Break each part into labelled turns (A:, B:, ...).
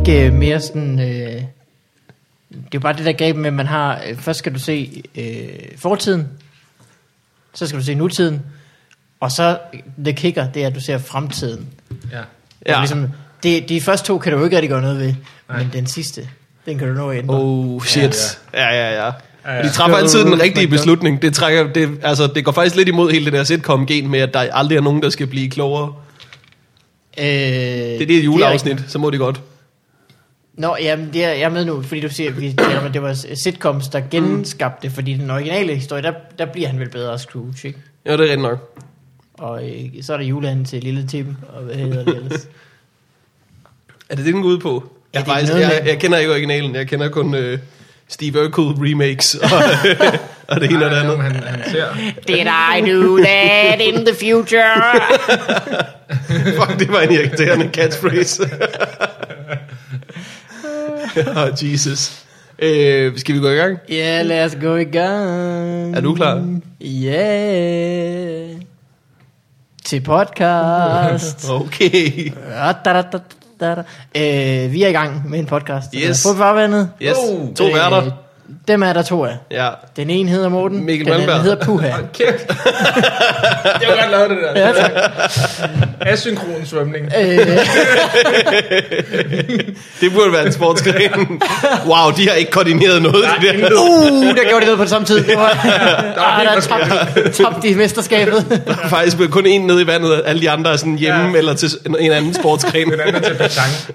A: ikke mere sådan... det er jo bare det der greb med, at man har... først skal du se fortiden, så skal du se nutiden, og så the kicker, det er, at du ser fremtiden.
B: Ja.
A: Ligesom, de første to kan du jo ikke rigtig gøre noget ved, men den sidste, den kan du nå at ændre.
B: Oh shit. Ja. De træffer altid den rigtige beslutning. Det går faktisk lidt imod hele det der sitcom-gen med, at der aldrig er nogen, der skal blive klogere. Det er det juleafsnit, så må de godt.
A: Nå, jamen, jeg er med nu, fordi du siger, at det var sitcoms, der genskabte, fordi den originale historie, der bliver han vel bedre Scrooge, ikke?
B: Ja, det er rigtigt nok.
A: Og så er der juleanden til Lille Tim, og hvad hedder det ellers?
B: Er det den går ud på? Jeg kender ikke originalen, jeg kender kun Steve Urkel remakes og det ene og det andet.
C: Han ser.
A: Did I do that in the future?
B: Fuck, det var en irriterende catchphrase. Jesus. Skal vi gå i gang?
A: Ja, lad os gå i gang.
B: Er du klar?
A: Ja. Til podcast.
B: Okay.
A: Vi er i gang med en podcast.
B: Yes.
A: På farvandet.
B: Yes. 2 værter.
A: Dem er der 2 af.
B: Ja.
A: Den ene hedder Morten.
B: Mikkel
A: den anden
B: Malmberg.
A: hedder Puha.
C: Kæft. Det var godt lavet, det der.
A: Ja, tak.
C: Asynkron svømning.
B: Det burde være en sportsgren. Wow, de har ikke koordineret noget.
A: Der gjorde de noget på det samme tid. Det var, der tabte de mesterskabet.
B: Der er faktisk kun en nede i vandet. Alle de andre er sådan hjemme eller til en anden sportsgren.
C: Den anden er til petanque.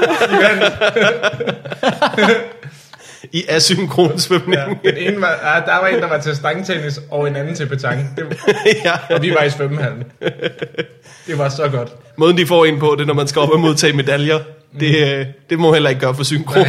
B: I asynkron svømning.
C: Ja, den ene var, der var en, der var til stangtennis, og en anden til petanque. Og vi var i svømmehallen. Det var så godt.
B: Måden de får en på, det er, når man skal op og modtage medaljer. Det må heller ikke gøre for synkron.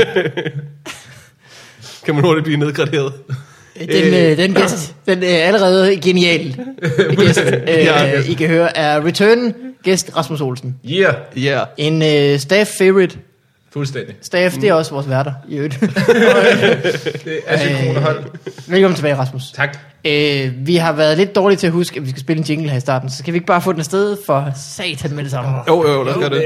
B: Kan man hurtigt blive nedgraderet.
A: Den gæst, den er allerede genial gæst, I kan høre, er return gæst Rasmus Olsen.
C: Yeah.
A: En staff favorite.
C: Fuldstændig.
A: Staff, det er også vores værter i øvrigt.
C: Det er synkroner hold.
A: Velkommen tilbage, Rasmus.
C: Tak.
A: Vi har været lidt dårlige til at huske, at vi skal spille en jingle her i starten, så skal vi ikke bare få den afsted for satan med det samme?
B: Jo, lad os gøre det.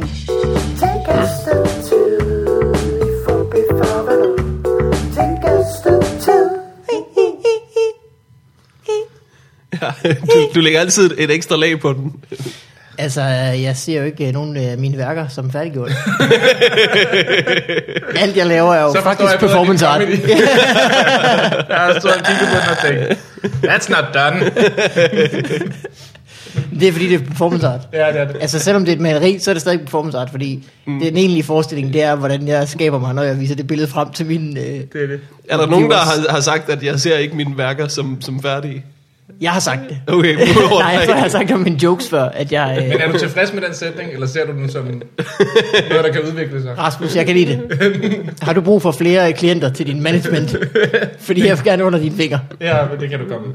B: Ja, du lægger altid et ekstra lag på den.
A: Altså, jeg ser jo ikke nogen af mine værker som færdiggjort. Alt jeg laver er jo så faktisk performance art.
C: Jeg har stået og kigget på den og tænkt, that's not done.
A: Det er fordi, det er performance art.
C: Ja, det er det.
A: Altså, selvom det er et maleri, så er det stadig performance art, fordi den egentlige forestilling, det er, hvordan jeg skaber mig, når jeg viser det billede frem til min...
C: Det er det.
B: Er der nogen, der har sagt, at jeg ser ikke mine værker som færdige?
A: Jeg har sagt det.
B: Okay,
A: Nej, jeg tror, jeg har sagt om mine jokes før, at jeg...
C: Men er du tilfreds med den sætning, eller ser du den som noget, der kan udvikle sig?
A: Rasmus, jeg kan lide det. Har du brug for flere klienter til din management? Fordi jeg vil gerne under dine fingre.
C: Ja, men det kan du komme.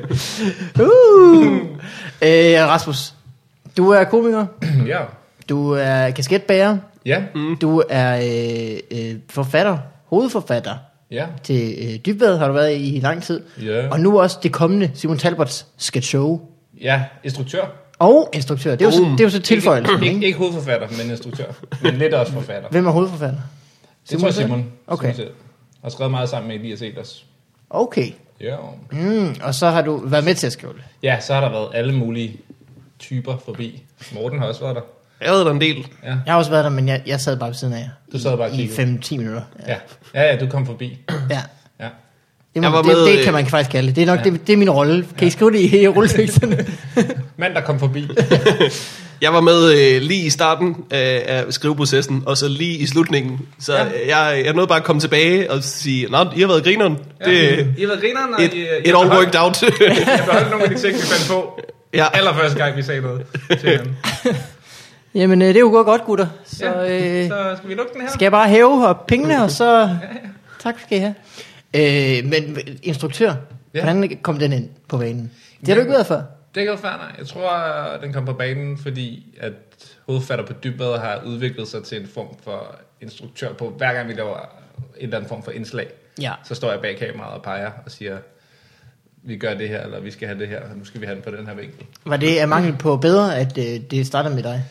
A: Rasmus, du er komiker.
C: Ja.
A: Du er kasketbager.
C: Ja.
A: Du er forfatter, hovedforfatter.
C: Ja.
A: Til Dybvad har du været i lang tid.
C: Ja.
A: Og nu også det kommende Simon Talbots sketch show.
C: Ja, instruktør.
A: Og instruktør. Det er jo så tilføjelsen.
C: Ikke hovedforfatter, men instruktør. Men lidt også forfatter.
A: Hvem er hovedforfatter?
C: Det tror jeg Simon.
A: Okay.
C: Simon har skrevet meget sammen med Elias Ehlers.
A: Okay.
C: Ja.
A: Og så har du været med til at skrive det.
C: Ja, så har der været alle mulige typer forbi. Morten har også været der.
B: Jeg havde der en del.
C: Ja.
A: Jeg har også været der, men jeg sad bare ved siden af jer.
C: Du sad bare
A: i 5-10 minutter.
C: Ja, du kom forbi.
A: Ja.
C: Ja.
A: Det kan man faktisk kalde det. Det er nok det er min rolle. Kan I skrive det i rulleteksterne?
C: Mand, der kom forbi.
B: Jeg var med lige i starten af skriveprocessen, og så lige i slutningen. Så jeg nåede bare at komme tilbage og sige, nå, I har været grineren.
C: Ja, I har været grineren, og
B: it all worked out.
C: Jeg beholdt nogle af de ting, vi fandt på.
B: Ja.
C: Allerførste gang, vi sagde noget til ham.
A: Jamen, det er jo godt, gutter. Så,
C: så skal vi lukke den her?
A: Skal jeg bare hæve op pengene, og så... Tak skal I have. Men instruktør, hvordan kom den ind på banen? Det har du ikke været før?
C: Det er ikke været før, nej. Jeg tror, den kom på banen, fordi at hovedfatter på Dybvad har udviklet sig til en form for instruktør på, hver gang vi laver en eller anden form for indslag. Ja. Så står jeg bag kameraet og peger og siger, vi gør det her, eller vi skal have det her, og nu skal vi have den på den her vinkel.
A: Var det af mangel på bedre, at det startede med dig?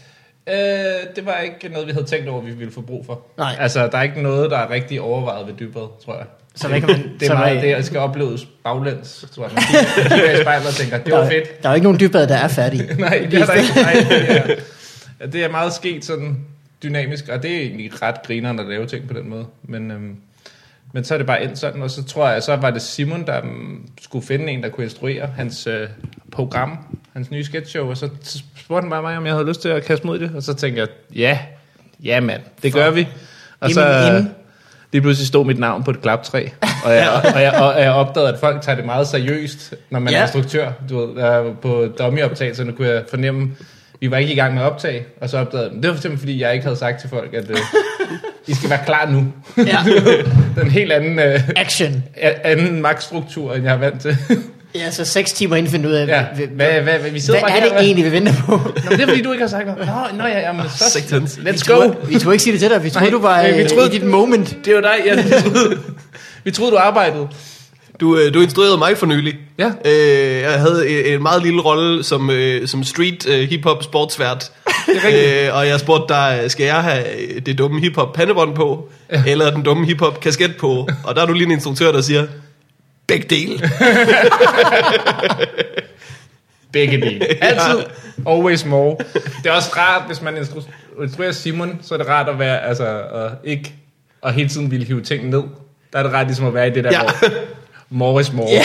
C: Det var ikke noget, vi havde tænkt over, vi ville få brug for.
A: Nej.
C: Altså, der er ikke noget, der er rigtig overvejet ved Dybvad, tror jeg.
A: Så hvad kan man...
C: Det er meget det, jeg skal opleves baglæns, tror jeg. Man kigger i spejlet og tænker, det var fedt.
A: Der er jo ikke nogen Dybvad, der er færdig.
C: Nej, det er der ikke. Nej, det er meget sket sådan dynamisk, og det er egentlig ret grineren at lave ting på den måde. Men så er det bare endt sådan, og så tror jeg, så var det Simon, der skulle finde en, der kunne instruere hans program, hans nye sketchshow, og så spurgte han bare mig, om jeg havde lyst til at kaste mod det, og så tænkte jeg, ja mand, det gør vi. Og så lige pludselig stod mit navn på et klaptræ, og jeg opdagede, at folk tager det meget seriøst, når man er instruktør. Du ved, på dummy-optagelserne kunne jeg fornemme, vi var ikke i gang med at optage, og så opdagede jeg, det var simpelthen fordi, jeg ikke havde sagt til folk, at I skal være klar nu. Ja. Den helt anden
A: action.
C: Anden magtstruktur, end jeg er vant til.
A: Ja, så 6 timer inden finde ud af,
C: hvad vi sidder
A: hvad
C: bare
A: er det egentlig, vi venter på?
C: Nå, det er fordi, du ikke har sagt noget. Nå ja, men så let's go.
A: Vi troede ikke sige det til dig, vi troede, du var i dit moment.
C: Det var dig, ja. Vi troede, du arbejdede.
B: Du instruerede mig for nylig.
C: Ja.
B: Jeg havde en meget lille rolle som street hip-hop sportsvært. Og jeg spurgte dig, skal jeg have det dumme hip-hop pandebånd på, eller den dumme hip-hop kasket på? Og der er du lige en instruktør, der siger, begge dele.
C: Begge dele. Altid. Always more. Det er også rart, hvis man instruerer Simon, så er det rart at være, altså, ikke at hele tiden ville hive ting ned. Der er det rart ligesom at være i det der, hvor more is more.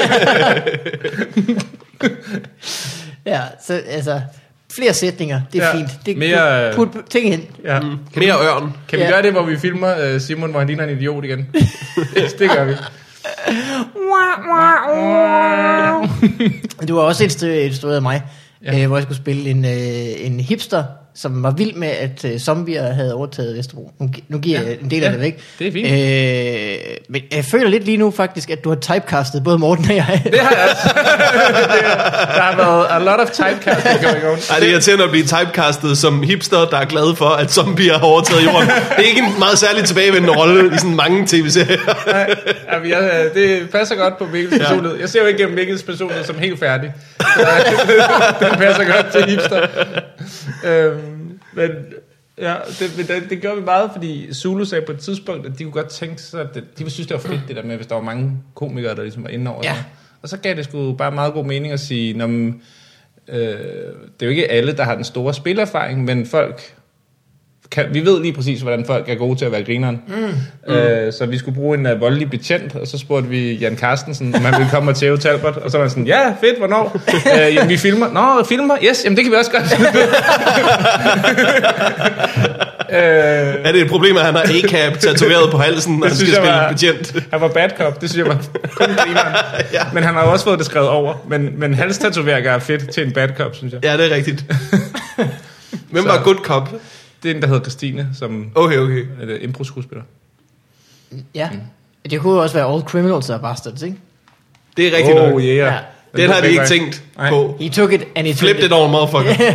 A: Ja, så altså, flere sætninger, det er fint. Det,
C: mere,
A: put ting ind.
C: Ja.
B: Mere ørn.
C: Kan vi gøre det, hvor vi filmer Simon, hvor han ligner en idiot igen? Det gør vi.
A: Du har også instrueret af mig, hvor jeg skulle spille en hipster, som var vild med, at zombier havde overtaget Vesterbro. Nu giver jeg en del af det væk.
C: Det er fint.
A: Men jeg føler lidt lige nu faktisk, at du har typecastet både Morten og jeg.
C: Det har jeg også. Der har været a lot of typecasting going on.
B: Ej, det er irriterende at blive typecastet som hipster, der er glad for, at zombier har overtaget jorden. Det er ikke en meget særlig tilbagevendende rolle i sådan mange tv-serier.
C: Nej, det passer godt på Mikkels personlighed. Jeg ser jo ikke gennem Mikkels personlighed som helt færdig. Den passer godt til hipster. Men ja, det gør vi meget, fordi Zulu sagde på et tidspunkt, at de kunne godt tænke sig, at de ville synes, det var fedt det der med, hvis der var mange komikere, der ligesom var inde over. Og så gav det sgu bare meget god mening at sige, det er jo ikke alle, der har den store spillerfaring, men folk vi ved lige præcis, hvordan folk er gode til at være grineren. Så vi skulle bruge en voldelig betjent, og så spurgte vi Jan Carstensen, om han ville komme og tæve Talbot, og så var han sådan, ja, fedt, hvornår? Jamen, vi filmer. Nå, filmer? Yes, jamen det kan vi også godt.
B: Er det et problem, at han har A-cap tatoveret på halsen, når han skal spille betjent?
C: Han var bad cop, det synes jeg var kun grineren. Men han har også fået det skrevet over. Men halstatoveringer er fedt til en bad cop, synes jeg.
B: Ja, det er rigtigt. Hvem var good cop?
C: Det er en, der hedder Christine, som
B: okay.
C: er impro-skuespiller.
A: Ja, det kunne også være All Criminals are Bastards, ikke?
B: Det er rigtigt nok.
C: Yeah.
B: Den har de ikke tænkt på.
A: He took it and he
B: flipped it over, motherfucker.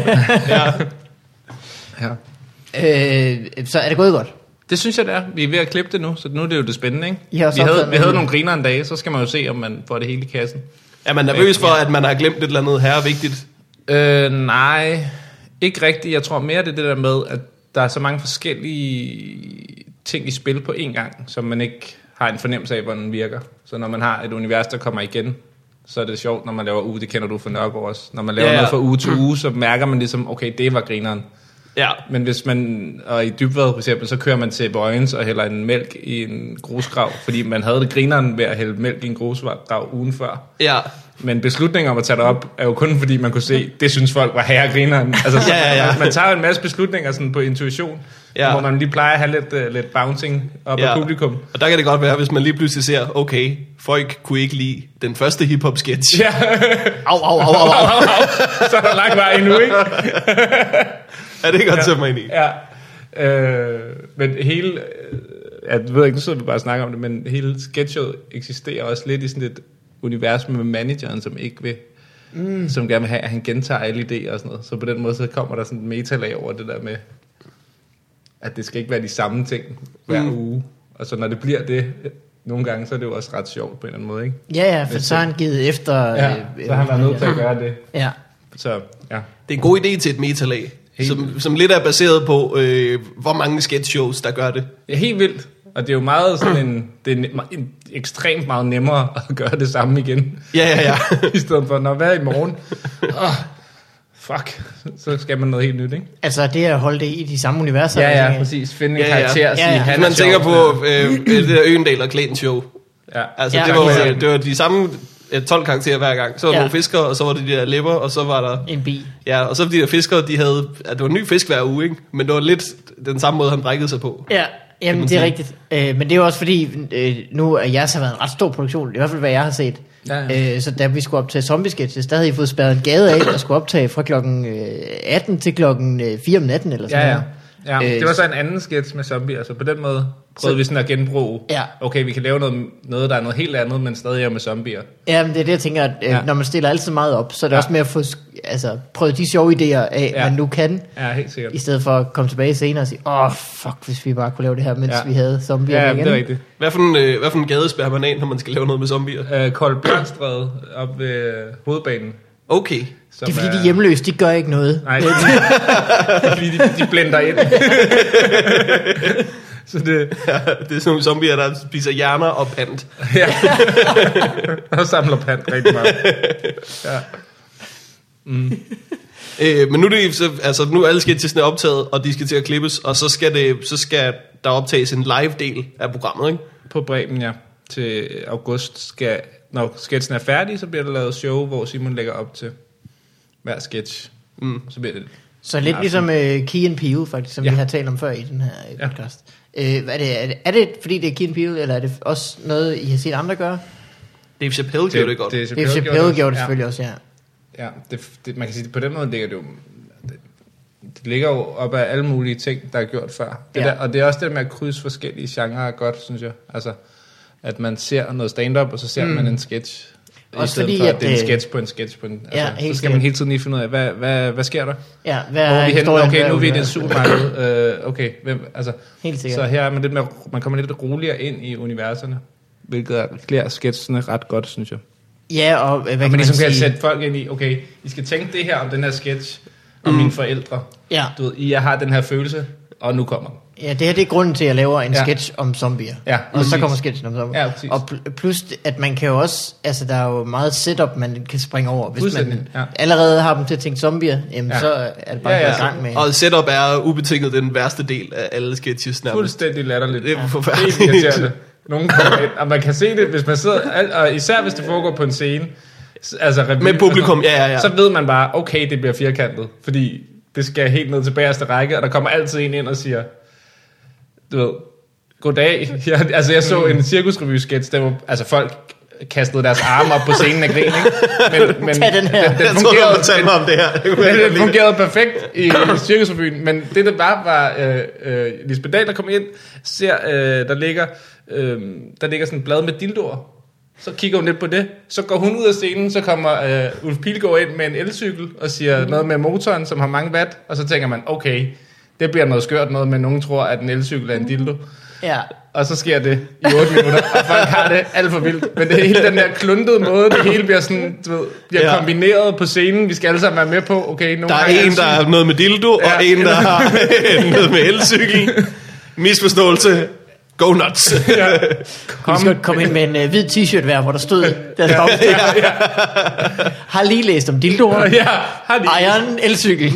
A: Så er det gået godt?
C: Det synes jeg, det er. Vi er ved at klippe det nu, så nu er det jo det spændende, ikke? Vi havde nogle griner en dag, så skal man jo se, om man får det hele i kassen.
B: Er man nervøs for, at man har glemt et eller andet her vigtigt?
C: Nej, ikke rigtigt. Jeg tror mere, det er det der med, at der er så mange forskellige ting i spil på én gang, som man ikke har en fornemmelse af, hvordan den virker. Så når man har et univers, der kommer igen, så er det sjovt, når man laver uge. Det kender du fra Nørgaard også. Når man laver noget fra uge til uge, så mærker man ligesom, okay, det var grineren. Ja. Men hvis man, og i Dybvad for eksempel, så kører man til Bøjens og hælder en mælk i en grusgrav, fordi man havde det grineren ved at hælde mælk i en grusgrav ugen før. Ja. Men beslutningen om at tage det op, er jo kun fordi man kunne se, det synes folk var herregrineren. Altså, man tager jo en masse beslutninger sådan på intuition, hvor man lige plejer at have lidt bouncing op af publikum.
B: Og der kan det godt være, hvis man lige pludselig ser, okay, folk kunne ikke lide den første hip-hop-sketch. Ja.
A: Au.
C: Så er der lang vej endnu, ikke?
B: Ja, det kan godt sætte mig ind i.
C: Ja. Men hele, jeg ved ikke, nu sidder vi bare og snakker om det, men hele sketchet eksisterer også lidt i sådan et univers med manageren, som ikke vil, som gerne vil have, at han gentager alle idéer og sådan noget. Så på den måde, så kommer der sådan et metalag over det der med, at det skal ikke være de samme ting hver uge. Og så når det bliver det, nogle gange, så er det jo også ret sjovt på en eller anden måde, ikke?
A: Ja, for så har han givet efter...
C: så har han været nødt til at gøre det.
A: Ja.
C: Så, ja.
B: Det er en god idé til et metalag. som lidt er baseret på, hvor mange sketch shows, der gør det.
C: Ja, helt vildt. Og det er jo meget sådan det er en ekstremt meget nemmere at gøre det samme igen.
B: Ja.
C: I stedet for, hvad er i morgen? Fuck, så skal man noget helt nyt, ikke?
A: Altså det at holde det i de samme universer.
C: Ja, præcis. Finde en karakter og sige,
B: han man tænker på det der Øgendal og Klæden show.
C: Ja.
B: Altså det var de samme 12 karakterer hver gang. Så var der nogle fiskere, og så var det de der læpper, og så var der
A: en bi.
B: Ja, og så de der fiskere, de havde, det var en ny fisk hver uge, ikke? Men det var lidt den samme måde, han brækkede sig på.
A: Ja, jamen det er rigtigt. Men det er jo også fordi, nu er jeres har været en ret stor produktion, i hvert fald hvad jeg har set. Ja. Så da vi skulle optage Zombie Sketches, der havde I fået spærret en gade af, og skulle optage fra klokken 18 til klokken 4 om natten, eller sådan noget.
C: Ja, det var så en anden sketch med zombie, altså på den måde prøvede vi sådan at genbruge, okay, vi kan lave noget, der er noget helt andet, men stadig er med zombier. Ja,
A: men det er det, jeg tænker, at når man stiller altid meget op, så er det også med at få prøvet de sjove idéer af, man nu kan,
C: helt sikkert.
A: I stedet for at komme tilbage senere og sige, fuck, hvis vi bare kunne lave det her, mens vi havde zombier igen.
C: Ja, det er rigtigt.
B: Hvad for en gade spærrer man af, når man skal lave noget med zombier?
C: Kold Bjørnstræde op ved hovedbanen.
B: Okay.
A: Det er fordi, de hjemløse, de gør ikke noget.
C: Nej, det er fordi, de blender ind.
B: Så det er sådan nogle zombier, der spiser hjerner og pant.
C: Ja, og samler pant rigtig meget. Ja.
B: Men nu er det så, nu er alle sketchesne optaget, og de skal til at klippes, og så skal der optages en live-del af programmet, ikke?
C: På Bremen, ja. Til august når sketchen er færdig, så bliver der lavet show, hvor Simon lægger op til hver sketch. Så bliver det
A: så lidt ligesom Key and Peele, faktisk, som vi har talt om før i den her podcast. Er det fordi det er Key and Peele, eller er det også noget, I har set andre gøre?
B: Dave Chappelle gjorde det godt.
A: Dave Chappelle gjorde det selvfølgelig også,
C: Ja, man kan sige, på den måde ligger det jo... Det ligger jo op af alle mulige ting, der er gjort før. Og det er også det med at krydse forskellige genrer godt, synes jeg. Altså, at man ser noget stand-up, og så ser man en sketch. Også i stedet for, at det er en sketch på en sketch på en... Altså, så skal man hele tiden lige finde ud af, hvad sker der?
A: Ja,
C: hvor er vi henne? Okay, nu er vi i det supermarked. Okay, altså... Helt sikkert. Så her er man kommer lidt roligere ind i universerne, hvilket klæder sketchene ret godt, synes jeg.
A: Ja, og hvad kan
C: man ligesom kan sætte folk ind i, okay, I skal tænke det her om den her sketch, om mine forældre. Ja. Du ved, jeg har den her følelse, og nu kommer den.
A: Ja, det her det er grunden til, at jeg laver en sketch om zombier. Ja, og så kommer sketchen om zombier.
C: Ja,
A: og plus, at man kan jo også, altså der er jo meget setup, man kan springe over. Hvis man allerede har dem til at tænke zombier, jamen, så er det bare i gang med.
B: Og setup er ubetinget den værste del af alle sketches.
C: Fuldstændig latterligt. Det er forfærdeligt. Nogen kommer ind, og man kan se det, hvis man sidder, og især hvis det foregår på en scene, altså
B: med publikum,
C: så ved man bare, okay, det bliver firkantet, fordi det skal helt ned til bagerste række, og der kommer altid en ind og siger, du ved, goddag. Jeg så en cirkusrevy-sketch, der var, folk kastede deres arme op på scenen af grin, ikke? Men den fungerede perfekt i cirkusrevyen, men det der var Lisbeth Dahl, der kom ind, ser, der ligger sådan et blad med dildoer. Så kigger hun lidt på det, så går hun ud af scenen, så kommer Ulf Pilgaard ind med en elcykel og siger noget med motoren, som har mange watt, og så tænker man, okay, det bliver noget skørt noget, men nogen tror, at en elcykel er en dildo. Ja. Og så sker det i 8 minutter, og folk har det alt for vildt. Men det er hele den der kluntede måde, det hele bliver sådan, du ved, bliver kombineret på scenen. Vi skal alle sammen være med på, okay,
B: der er en, der har noget med dildo, og en, der har noget med elcykel. Misforståelse. Go nuts.
A: Vi skal komme ind med en hvid t-shirt hver, hvor der stod, har lige læst om dildoer. Iron elcykel.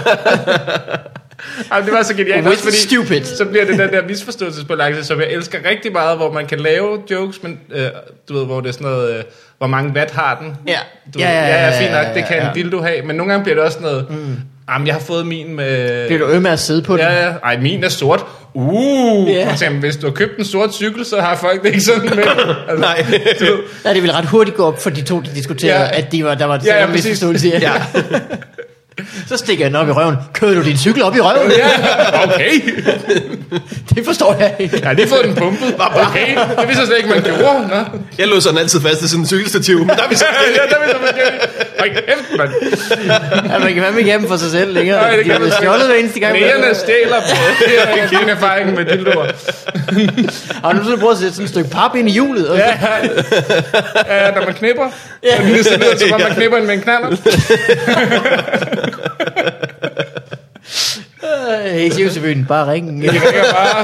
C: Jamen, det var så genialt også, fordi stupid. Så bliver det den der misforståelsesbalance, som jeg elsker rigtig meget, hvor man kan lave jokes, men du ved, hvor det er sådan noget, hvor mange watt har den. Fint nok, det kan en dildo have, men nogle gange bliver det også noget, jamen, jeg har fået min med...
A: Bliver du med at sidde på den?
C: Ja. Ej, min er sort. Hvis du har købt en sort cykel, så har folk det ikke sådan med. Altså,
B: nej.
A: Nej, det vil ret hurtigt gå op for de to, der diskuterede, at der var en misforståelse. Ja. Så stikker jeg den op i røven. Kører du din cykel op i røven?
C: Ja, okay.
A: Det forstår jeg ikke.
C: Ja, det får den pumpet. Okay, det vidste jeg slet ikke, man gjorde. Nå.
B: Jeg låser den altid fast til sådan en cykelstativ, men der er vi så
A: man kan ikke have dem for sig selv længere.
C: Nej, det kan
A: man stjålet hver eneste gang.
C: Knæerne stjæler på. Det er ikke min erfaring med dildoer.
A: Og nu så prøver at sætte sådan et stykke pap ind i hjulet.
C: Okay. Ja, når man knipper. Så man knipper med en knaller.
A: Hey, Sivsebyen, bare ringe.
C: Jeg ringer bare.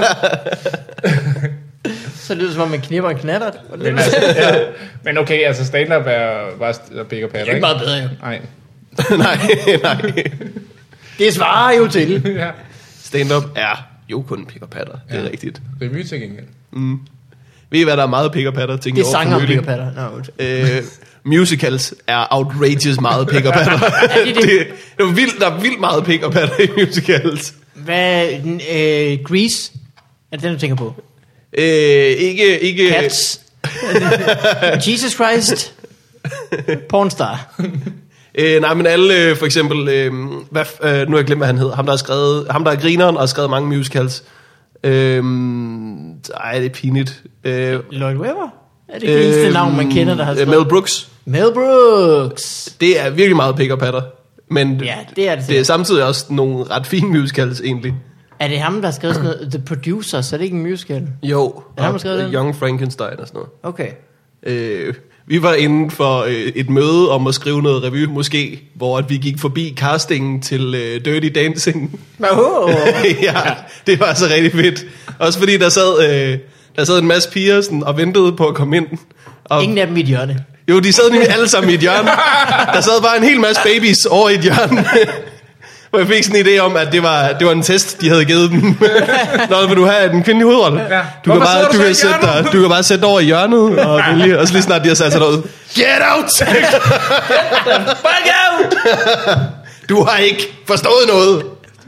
A: Så lyder det som om, man knipper en knattert.
C: Men okay, altså stand-up er bare pik og patter,
A: Det er ikke meget bedre, jo.
C: Nej.
B: nej.
A: Det svarer jo til.
C: Ja.
B: Stand-up er jo kun pik og patter. Det er rigtigt.
C: Revy til gengæld.
B: Ved I, hvad der er meget pik og patter?
A: Det er sanger og pik og patter.
B: Musicals er outrageous meget pik og patter. det er vildt, der er vildt meget pik og patter i musicals.
A: Hvad, Grease? Er det den, du tænker på?
B: Ikke...
A: Cats? Jesus Christ? Pornstar?
B: Nej, men alle, for eksempel, nu har jeg glemt, hvad han hedder. Ham, der er grineren og har skrevet mange musicals. Det er pinligt.
A: Lloyd Webber? Er det det eneste navn, man kender, der har skrevet?
B: Mel Brooks.
A: Mel Brooks.
B: Det er virkelig meget pik og patter. Men
A: ja, det er
B: det er samtidig også nogle ret fine musicals, egentlig.
A: Er det ham, der har skrevet sådan noget? The Producers, er det ikke en musical?
B: Jo,
A: er ham, der skrevet den?
B: Young Frankenstein og sådan noget.
A: Okay.
B: Vi var inde for et møde om at skrive noget revy, måske, hvor at vi gik forbi castingen til Dirty Dancing. Ja, det var altså rigtig fedt. Også fordi der sad en masse piger sådan, og ventede på at komme ind. Og
A: ingen af dem i et hjørne.
B: Jo, de sad nemlig alle sammen i et hjørne. Der sad bare en hel masse babies over i et hjørne. Hvor jeg fik sådan en idé om, at det var en test, de havde givet dem. Nå, vil du have den kvindelige hovedrolle? Ja. Du kan bare sætte dig over i hjørnet, og så lige snart de har sat sig derud. Get out!
A: Fuck out!
B: Du har ikke forstået noget.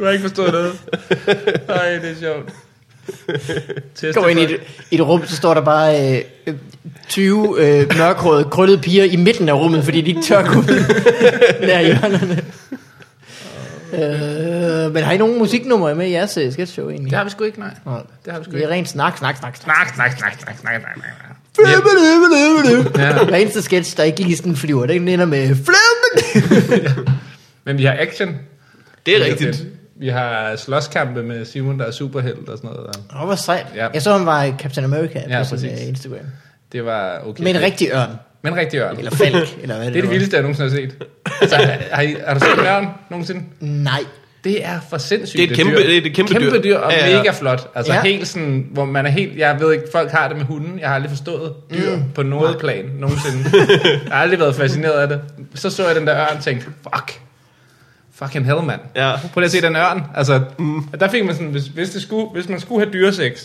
C: Nej, det er sjovt.
A: Kommer ind i et rum, så står der bare 20 mørkrøde, krøllede piger i midten af rummet, fordi de ikke tør gå nær hjørnerne. Men har I nogen musiknumre med i jeres sketchshow egentlig?
C: Det har vi sgu ikke, nej.
A: Det er rent snak.
C: Snak.
A: Hver eneste sketch, der ikke lige sådan flyver, den ender med
C: Men vi har action.
B: Det er rigtigt.
C: Vi har slåskampe med Simon, der er superhelt og sådan noget.
A: Hvor sejt. Ja. Jeg så, han var i Captain America på sin Instagram.
C: Det var okay.
A: Med en rigtig ørn.
C: Eller
A: falk, eller hvad
C: det er det vildeste, jeg nogensinde har set. Altså, har du set en ørn nogensinde?
A: Nej.
C: Det er for sindssygt.
B: Det er et kæmpe dyr
C: og mega flot. Altså helt sådan, hvor man er helt... Jeg ved ikke, folk har det med hunden. Jeg har aldrig forstået dyr på noget plan nogensinde. Jeg har aldrig været fascineret af det. Så jeg den der ørn og tænkte, fucking hell, mand. Ja. Prøv lige at se den ørn. Altså, der fik man sådan, hvis man skulle have dyresex,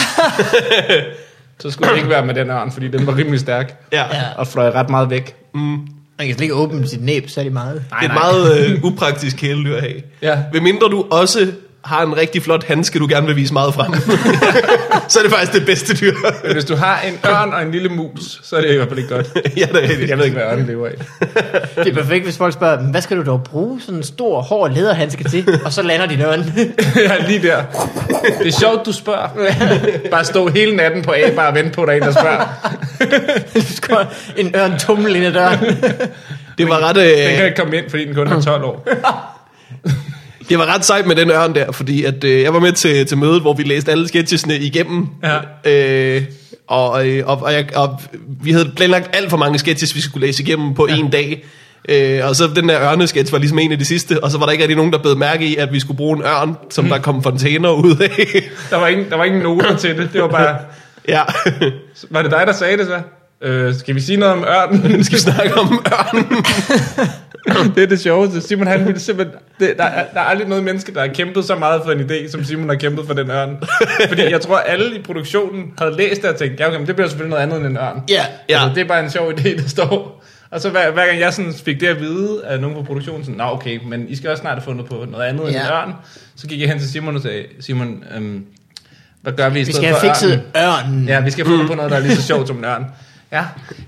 C: så skulle det ikke være med den ørn, fordi den var rimelig stærk. Ja. Og fløj ret meget væk.
A: Man kan slet ikke åbne sit næb, så er det meget.
B: Det er et meget upraktisk kæledyr at have. Ja. Ved mindre du også har en rigtig flot handske, du gerne vil vise meget frem, så er det faktisk det bedste dyr.
C: Men hvis du har en ørn og en lille mus, så er det i hvert fald ikke godt.
B: Ja, det er det.
C: Jeg ved ikke, hvad ørnen lever af.
A: Det er perfekt, hvis folk spørger, hvad skal du dog bruge sådan en stor, hård læderhandske til? Og så lander din ørn.
C: Ja, lige der. Det er sjovt, du spørger. Bare stå hele natten på A, bare og vente på, der er en, der spørger.
A: Du skal en ørn tumle ind ad døren.
B: Det var ret...
C: Den kan ikke komme ind, fordi den kun er 12 år.
B: Det var ret sejt med den ørn der, fordi at, jeg var med til mødet, hvor vi læste alle sketchesne igennem. Ja. Og vi havde planlagt alt for mange sketches, vi skulle læse igennem på en dag. Og så den der ørnesketch var ligesom en af de sidste, og så var der ikke rigtig nogen, der bed mærke i, at vi skulle bruge en ørn, som der kom fontæner ud af.
C: Der var ingen noter til det, det var bare...
B: Ja.
C: Var det dig, der sagde det så? Skal vi sige noget om ørnen?
B: Skal vi snakke om ørnen?
C: Det er det sjoveste. Simon, han ville simpelthen... Der er aldrig noget menneske, der har kæmpet så meget for en idé, som Simon har kæmpet for den ørn. Fordi jeg tror, alle i produktionen havde læst det og tænkt, ja, okay, men det bliver selvfølgelig noget andet end en ørn.
B: Ja.
C: Altså, det er bare en sjov idé, der står. Og så hver gang jeg sådan fik det at vide af nogen på produktionen, sådan, nå okay, men I skal også snart have fundet på noget andet end en ørn. Så gik jeg hen til Simon og sagde, Simon, hvad gør vi i stedet for ørnen?
A: Vi skal have fikset ørnen.
C: Ja, vi skal finde på noget, der er lige så sjovt som en ørn. Ja.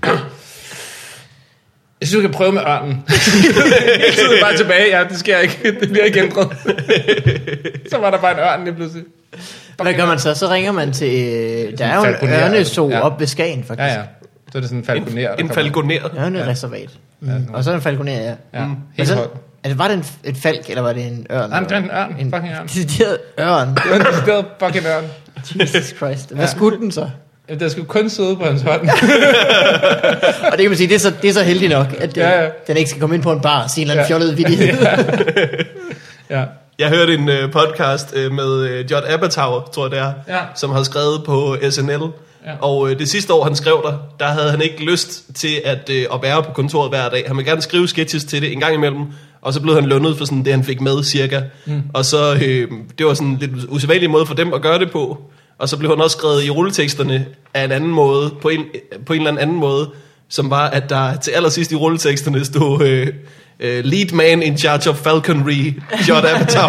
C: Jeg synes, du kan prøve med ørnen. Jeg sidder bare tilbage. Ja, det sker ikke. Det bliver ikke ændret. Så var der bare en ørn lige pludselig.
A: Hvad gør man så? Så ringer man til... Der er jo en ørneså op ved Skagen, faktisk.
C: Ja. Så er det sådan en falconer.
B: En falconer.
A: Ørnereservat. Og så er en falconer, ja.
C: Helt højt.
A: Altså, var det et falk, eller var det en ørn?
C: Nej, det var en ørn. En fucking ørn.
A: Decideret ørn.
C: Det var en decideret fucking ørn.
A: Jesus Christ. Hvad skulle den så?
C: Der skulle kun sidde på hans hånd.
A: Og det kan man sige, det er så heldigt nok, at den ikke skal komme ind på en bar og sige en eller anden fjollet vittighed.
B: Ja. Jeg hørte en podcast med Judd Apatow, tror jeg det er, som har skrevet på SNL. Ja. Og det sidste år, han skrev der havde han ikke lyst til at være på kontoret hver dag. Han ville gerne skrive sketches til det en gang imellem, og så blev han lønnet for sådan det, han fik med cirka. Og så, det var sådan en lidt usædvanlig måde for dem at gøre det på. Og så blev han også skrevet i rulleteksterne af en anden måde, på en eller anden måde, som var, at der til allersidst i rulleteksterne stod lead man in charge of falconry, Judd Apatow.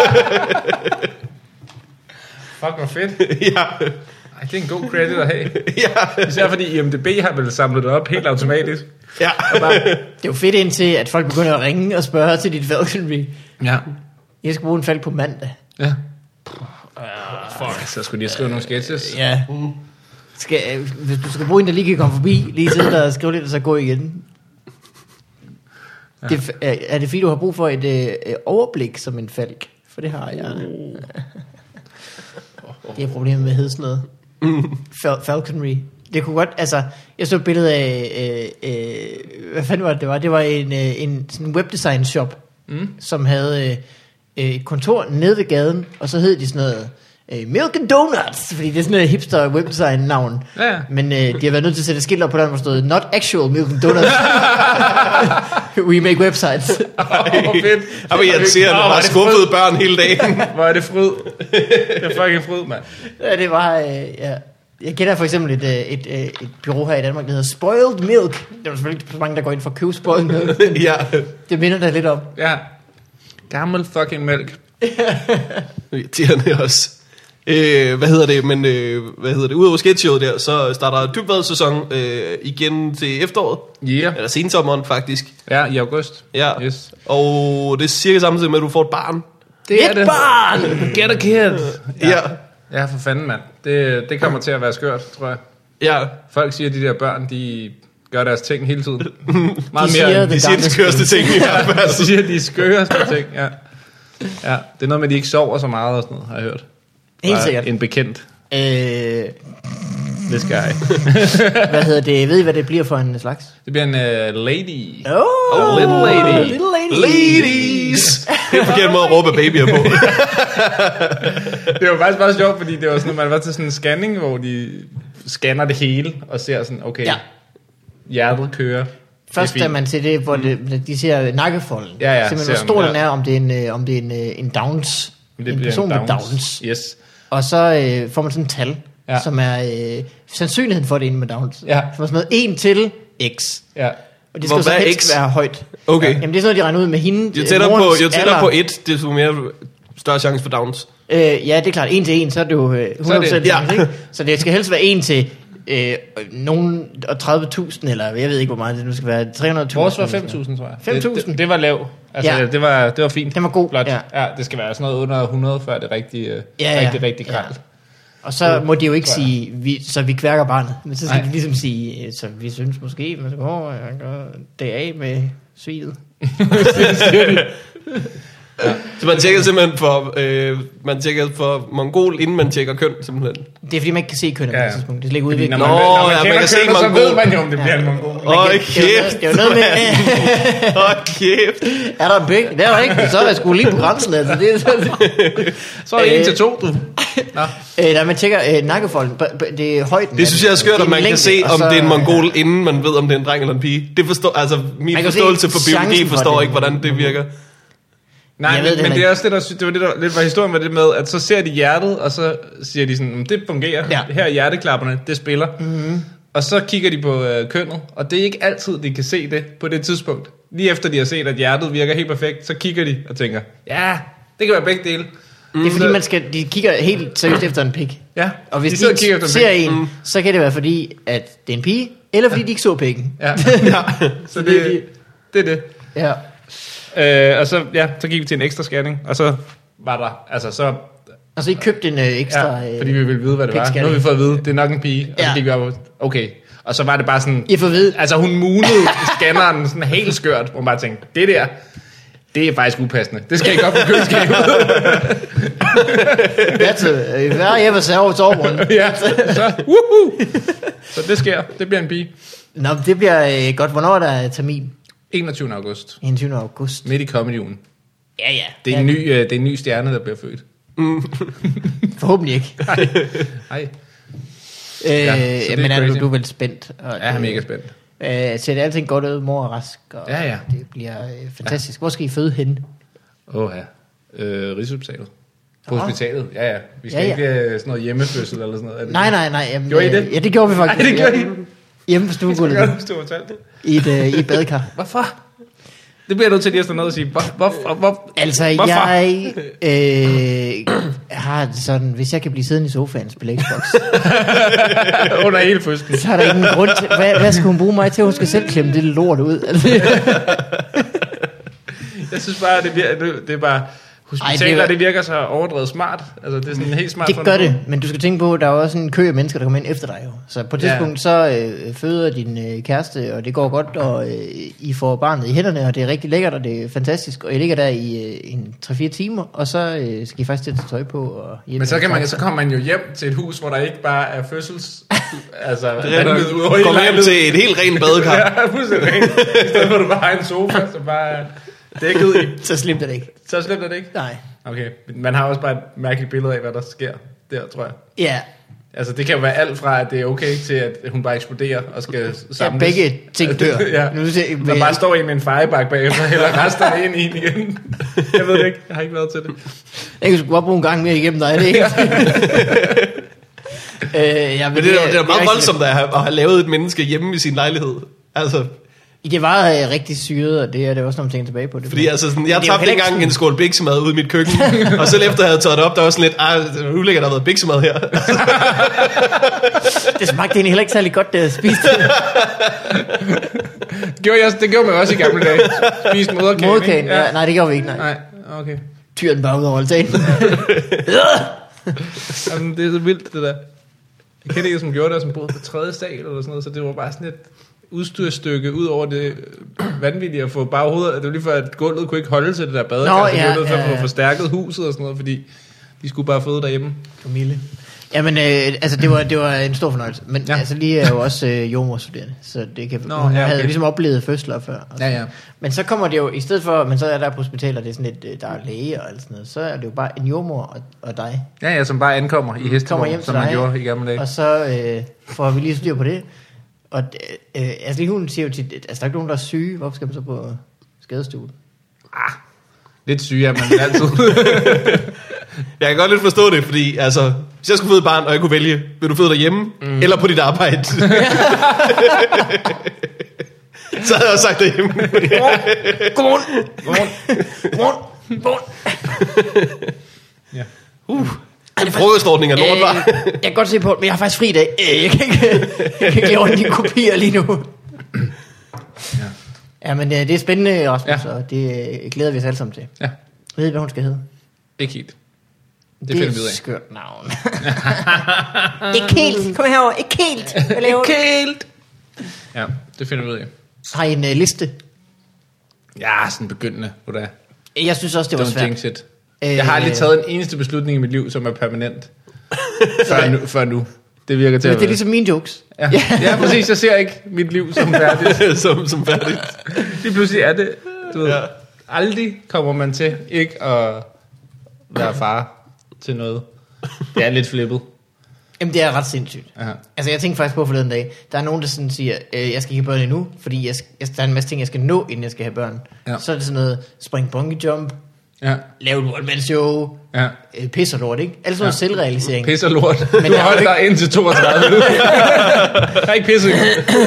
C: Fuck, hvor fedt. Ja. Ej, det er en god credit at have. Ja. Især fordi IMDb har vel samlet det op helt automatisk.
A: Ja. Bare, det er jo fedt indtil, at folk begynder at ringe og spørge til dit falconry.
C: Ja.
A: Jeg skal bruge en falk på mandag.
C: Ja. Fuck, så skulle de skrive nogle sketches.
A: Ja. Hvis du skal bruge en, der lige kan komme forbi, lige sidde der og skrive lidt, og så gå igen. Ja. Er det fordi, du har brug for et overblik som en falk? For det har jeg. Det er problemet med hedslede. Falconry. Det kunne godt, altså, jeg så et billede af, hvad fanden var det var? Det var en sådan webdesign shop, som havde et kontor nede ved gaden, og så hed de sådan noget, Milk and Donuts, fordi det er sådan noget hipster webdesign navn. Ja. Men de har været nødt til at sætte skilter på den, hvor stod Not actual Milk and Donuts. We make websites.
C: Fedt.
B: Jeg ser, at der var skuffede børn hele dagen.
C: Hvor er det fryd. Det er fucking fryd, mand.
A: Ja, det var, ja. Jeg kender for eksempel et bureau her i Danmark, der hedder Spoiled Milk. Det er selvfølgelig så mange, der går ind for at købe Spoiled Milk. Ja. Det minder der lidt om.
C: Ja. Gammel fucking mælk.
B: Irriterende også. Hvad hedder det? Udover sketchshowet der, så starter Dybvad sæson igen til efteråret.
C: Yeah.
B: Eller sensommeren faktisk.
C: Ja, i august.
B: Ja. Yes. Og det er cirka samtidig med, at du får et barn.
A: Det er det.
C: Barn! Get a kid!
B: Ja.
C: Ja, for fanden, mand. Det kommer til at være skørt, tror jeg.
B: Ja.
C: Folk siger, at de der børn, de gør deres ting hele tiden.
A: Meget mere.
B: De siger de skørste ting i hvert fald.
C: De siger, de skørste ting, ja. Ja, det er noget med, at de ikke sover så meget og sådan noget, har jeg hørt.
A: Helt sikkert.
C: En bekendt. Det skal jeg.
A: Hvad hedder det? Ved I, hvad det bliver for en slags?
C: Det bliver en lady.
A: Oh,
C: little lady.
A: Little lady.
B: Ladies! Det er en forkert måde at råbe babyer på.
C: Det var faktisk bare sjovt, fordi det var sådan, at man var til sådan en scanning, hvor de scanner det hele og ser sådan, okay, hjertet kører.
A: Først er man til det, hvor de ser nakkefolden.
C: Ja,
A: simpelthen, hvor stor den er, om det er en Downs. En person med Downs.
C: Yes.
A: Og så får man sådan et tal, som er sandsynligheden for, det inde med Downs. Ja. Så man sådan noget 1 til X. Ja. Og det skal så helst være højt.
B: Okay.
A: Jamen det er sådan noget, de regner ud med hende.
B: Jo tættere på 1, det er mere større chance for Downs.
A: Ja, det er klart. 1 til 1, så er det jo 100% chance, ikke? Så det skal helst være 1 til nogen og 30.000, eller jeg ved ikke, hvor meget det nu skal være. 300.000.
C: Vores var 5.000, tror jeg.
A: 5.000?
C: Det var lav. Altså, det var fint.
A: Det var god.
C: Flot. Ja, det skal være sådan noget under 100, før det er rigtig kralt.
A: Og så må de jo ikke sige, så vi kværker barnet. Men så skal de ligesom sige, så vi synes måske, man skal gå det af med sviget.
B: Ja. Så man tjekker simpelthen for mongol, inden man tjekker køn, simpelthen.
A: Det er fordi, man ikke kan se køn på det tidspunkt. Det er slet ikke udviklet.
C: Når man kan se mongol, så ved man jo, om det bliver en mongol.
B: Kæft.
A: Det er jo noget med...
B: Kæft.
A: Er der en bæk? Det er der ikke. Så er jeg sgu lige på grænsen. Altså.
C: Så er det 1 til 2, du.
A: Når man tjekker nakkefolden, det er højden.
B: Det synes jeg er skørt, at man kan se, om det er en mongol, inden man ved, om det er en dreng eller en pige. Det forstår, altså min forståelse for biologi forstår ikke, hvordan det virker.
C: Nej, men det er også det var det, der lidt var historien med det med, at så ser de hjertet, og så siger de sådan, det fungerer, her er hjerteklapperne, det spiller. Mm-hmm. Og så kigger de på kønnet, og det er ikke altid, de kan se det på det tidspunkt. Lige efter de har set, at hjertet virker helt perfekt, så kigger de og tænker, ja, det kan være begge dele.
A: Det er fordi, de kigger helt seriøst efter en pik.
C: Ja,
A: og hvis de ser en, så kan det være fordi, at det er en pige, eller fordi de ikke så pikken.
C: Ja. Så det er det.
A: Ja.
C: Og så gik vi til en ekstra scanning, og så var der,
A: altså I købte en ekstra
C: fordi vi ville vide, hvad det var. Nu har vi fået at vide, det er nok en pige, og så gik vi op, okay. Og så var det bare sådan,
A: I får vide.
C: Altså hun moonede scanneren sådan helt skørt, hvor man bare tænkte, det er faktisk upassende. Det skal ikke op på køleskabet.
A: Hvad er Jeppe Serve til overbrunden?
C: Ja, så det sker. Det bliver en pige.
A: Nå, det bliver godt. Hvornår er der termin?
C: 21. august.
A: 21. august.
C: Midt i comedy-ugen.
A: Ja.
C: Det er en ny stjerne, der bliver født.
A: Forhåbentlig ikke.
C: Nej.
A: Men du er vel spændt?
C: Ja, jeg er mega spændt.
A: Ser det alting godt ud, mor er rask, og
C: ja.
A: det bliver fantastisk. Hvor skal I føde henne?
C: Rigshospitalet. På hospitalet, ja. Vi skal ikke sådan noget hjemmefødsel eller sådan noget.
A: Nej. Jamen,
C: gjorde I det?
A: Ja, det gjorde vi faktisk.
C: Nej, det gjorde I.
A: Hjemme på stuegulvet. I et badekar.
C: Hvorfor? Det bliver du til lige at stå noget og sige. Hvorfor?
A: Jeg har det sådan, hvis jeg kan blive siddende i sofaen og spille Xbox.
C: Under hele fødslen.
A: Så er der ingen grund til, hvad skal hun bruge mig til? Hun skal selv klemme det lort ud.
C: Jeg synes bare, det er bare... Hospitaler, det virker så overdrevet smart. Altså, det er sådan helt smart.
A: Det gør det, men du skal tænke på, at der er også en kø af mennesker, der kommer ind efter dig jo. Så på et tidspunkt, så føder din kæreste, og det går godt, og I får barnet i hænderne, og det er rigtig lækkert, og det er fantastisk. Og I ligger der i en 3-4 timer, og så skal I faktisk til at tage tøj på. Og
C: men så kommer man jo hjem til et hus, hvor der ikke bare er fødsels... altså,
B: kommer hjem til et helt rent badekar.
C: Ja, fuldstændig rent. I stedet for, at du bare har en sofa, så bare... dækket i.
A: Så slemt er det ikke.
C: Så slemt er det ikke?
A: Nej.
C: Okay, man har også bare et mærkeligt billede af, hvad der sker der, tror jeg.
A: Ja.
C: Altså, det kan jo være alt fra, at det er okay, til at hun bare eksploderer og skal samles.
A: Ja, begge ting dør.
C: Ja. Der bare står en med en fejebakke bagefter, og hælder resterne ind i hende igen. Jeg ved det ikke, jeg har ikke været til det.
A: Jeg kan sgu godt bruge en gang mere igennem dig, er det ikke?
B: Men det er meget voldsomt at have lavet et menneske hjemme i sin lejlighed. Altså...
A: Det var rigtig syret, og det er det også, når man tænker tilbage på det.
B: Fordi altså sådan, jeg tabte engang en skål biksemad ude i mit køkken, og selv efter jeg havde taget det op, der var sådan lidt, det var ulækkert, der har været biksemad her.
A: Det smagte egentlig heller ikke særlig godt, det jeg spiste.
C: Det gjorde man også i gamle dage. Spiste moderkagen.
A: Moderkagen, ja. Nej, det gjorde vi ikke,
C: nej. Okay.
A: Tyren bare ud over altanen.
C: Jamen, det er så vildt, det der. Jeg kender ikke, som gjorde det, som boede på 3. sal eller sådan noget, så det var bare sådan et udstyrstykke ud over det vanvittige at få bare hovedet. Det var lige for, at gulvet kunne ikke holde til det der badekar, så det var for at få forstærket huset og sådan noget, fordi de skulle bare føde derhjemme.
A: Camille. Jamen, altså det var en stor fornøjelse. Men altså lige er jo også jordmorstuderende, så det kan havde ligesom oplevet fødsler før.
C: Ja.
A: Men så kommer det jo, i stedet for, men så er der på hospitaler, det er sådan lidt, der er læge og alt sådan noget, så er det jo bare en jordmor og dig.
C: Ja, som bare ankommer i hestevogn, som man gjorde i gamle dage.
A: Og så får vi lige styr på det. Og altså lige hun siger jo tit, altså der er ikke nogen, der er syge, hvorfor skal man så på skadestue?
C: Lidt syge er man altid.
B: Jeg kan godt lidt forstå det, fordi altså, hvis jeg skulle føde et barn, og jeg kunne vælge, vil du føde derhjemme, eller på dit arbejde? Så havde jeg også sagt derhjemme.
A: Godmorgen.
B: Ja. Den frokostordning er lort, var.
A: Jeg kan godt se på, men jeg har faktisk fri i dag. Jeg kan ikke lave de kopier lige nu. Ja, men det er spændende, Rasmus, og det glæder vi os alle sammen til.
C: Ja.
A: Ved I, hvad hun skal hedde?
C: Ikke helt.
A: Det finder vi ud af. Det er et skørt navn. Ikke helt. Kom herover. Ikke helt.
C: Ikke helt. Ja, det finder vi ud af.
A: Har I en liste?
C: Ja, sådan begyndende.
A: Jeg synes også, det var svært.
C: Jeg har aldrig taget en eneste beslutning i mit liv, som er permanent. Før nu. Det virker til
A: at det er ligesom mine jokes.
C: Ja, præcis. Jeg ser ikke mit liv som færdigt.
B: som færdigt.
C: Lige pludselig er det, du ved, aldrig kommer man til ikke at være far til noget. Det er lidt flippet.
A: Jamen, det er ret sindssygt. Aha. Altså, jeg tænkte faktisk på forleden dag, der er nogen, der sådan siger, jeg skal ikke have børn endnu, fordi der er en masse ting, jeg skal nå, inden jeg skal have børn. Ja. Så er det sådan noget, spring bungee jump, lave et one-man-show, pis og lort, ikke? Altså sådan noget selvrealisering.
C: Pis og lort. Men du holder dig indtil 32. Jeg har ikke pisset.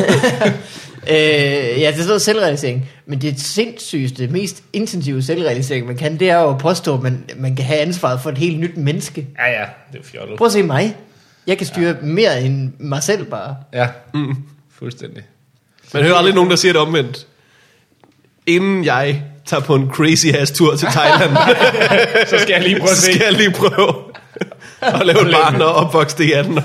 A: Ja, det er sådan noget selvrealisering. Men det sindssygeste, mest intensive selvrealisering, man kan, det er jo at påstå, at man kan have ansvaret for et helt nyt menneske.
C: Ja, det er fjollet.
A: Prøv at se mig. Jeg kan styre mere end mig selv bare.
C: Ja, fuldstændig.
B: Man hører aldrig nogen, der siger det omvendt. Inden jeg tager på en crazy ass tur til Thailand,
C: så skal jeg lige prøve
B: at lave et barn og opvokse det i 18 år.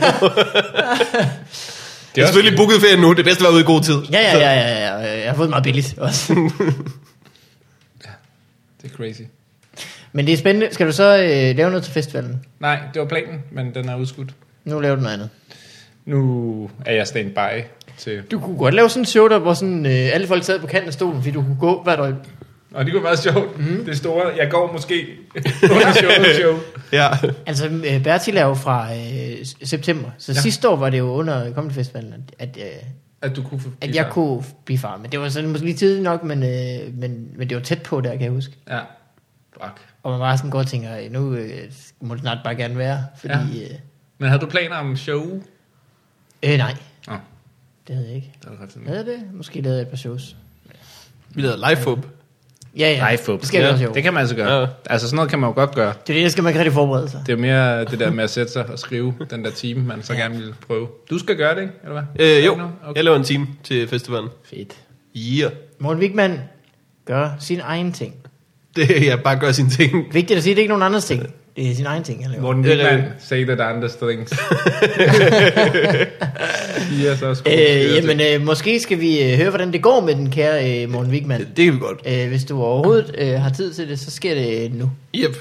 B: Det er selvfølgelig booket ferie nu. Det bedste var ude i god tid.
A: Ja. Jeg har fået meget billigt også.
C: Ja, det er crazy.
A: Men det er spændende. Skal du så lave noget til festivalen?
C: Nej, det var planen, men den er udskudt.
A: Nu laver du noget andet.
C: Nu er jeg standby til...
A: Du kunne godt lave sådan en show, der hvor sådan, alle folk sad på kanten af stolen, fordi du kunne gå hvert øje.
C: Og det kunne være sjovt. Det store, jeg går måske under show.
A: Ja. Altså, Bertil er jo fra september, så sidste år var det jo under Comedy Festivalen,
C: at du kunne
A: at jeg kunne blive far. Men det var sådan måske lige tidligt nok, men det var tæt på der, kan jeg huske.
C: Ja. Fuck.
A: Og man bare sådan godt tænker, nu må det snart bare gerne være, fordi... Ja.
C: Men havde du planer om show?
A: Nej. Det havde jeg ikke. Havde det? Måske lavede jeg et par shows.
B: Vi lavede live-fub.
A: Ja.
C: Live-fub. Det kan man altså gøre. Ja. Altså sådan noget kan man jo godt gøre.
A: Det skal man ikke rigtig forberede sig.
C: Det er mere det der med at sætte sig og skrive den der time, man så gerne vil prøve. Du skal gøre det, ikke? Eller hvad?
B: Jo, okay. Jeg laver en time til festivalen.
C: Fedt.
B: Yeah.
A: Morten Wigman gør sin egen ting.
B: Det bare gør sin ting.
A: Vigtigt at sige, det er ikke nogen andres ting. Det er sin egen ting, jeg laver.
C: Morten Wigman, say that andres things.
A: Jamen, måske skal vi høre, hvordan det går med den kære Morten Wigman.
B: Det kan vi godt.
A: Hvis du overhovedet har tid til det, så sker det nu.
B: Yep.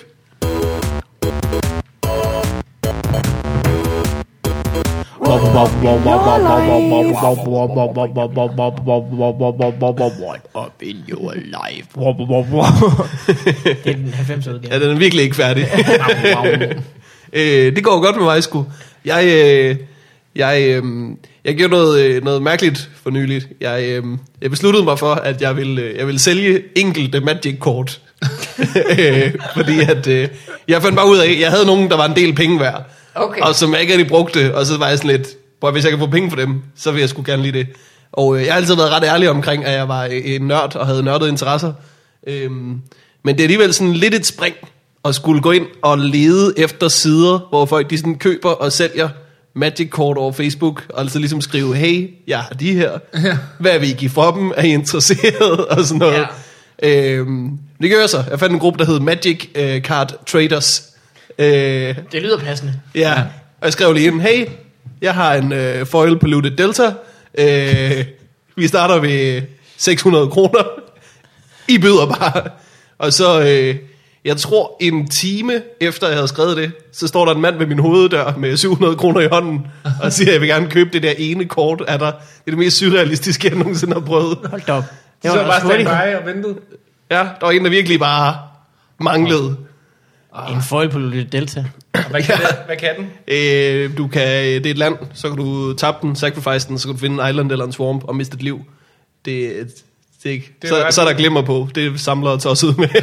A: Up in your life. Det er den 90 udgave.
B: Ja, den er virkelig ikke færdig. Det går godt med mig, sgu. Jeg gjorde noget mærkeligt for nyligt. Jeg besluttede mig for, at jeg vil sælge enkelte Magic-kort. Fordi at jeg fandt bare ud af, at jeg havde nogen, der var en del penge værd. Okay. Og som jeg ikke rigtig brugte. Og så var jeg sådan lidt, hvis jeg kan få penge for dem, så vil jeg sgu gerne lide det. Og jeg har altid været ret ærlig omkring, at jeg var en nørd og havde nørdede interesser. Men det er alligevel sådan lidt et spring at skulle gå ind og lede efter sider, hvor folk de sådan køber og sælger Magic-kort over Facebook, og altså ligesom skrive, hey, jeg har de her, hvad vil I give for dem, er I interesseret, og sådan noget. Ja. Det gør jeg så. Jeg fandt en gruppe, der hed Magic Card Traders.
A: Det lyder passende.
B: Ja, og jeg skrev lige ind, hey, jeg har en foil polluted delta, vi starter ved 600 kroner, I byder bare, og så... jeg tror en time efter jeg havde skrevet det, så står der en mand ved min hoveddør med 700 kroner i hånden, og siger, at jeg vil gerne købe det der ene kort af dig. Det er det mest surrealistiske, jeg nogensinde har prøvet.
A: Hold da op.
C: Det var bare standby og ventede.
B: Ja, der var en, der virkelig bare manglede.
A: En foil på Delta.
C: Hvad kan den?
B: Det er et land, så kan du tabe den, sacrifice den, så kan du finde en island eller en swamp og miste et liv. Det er ikke. Så er der glimmer på. Det samler og tosset med.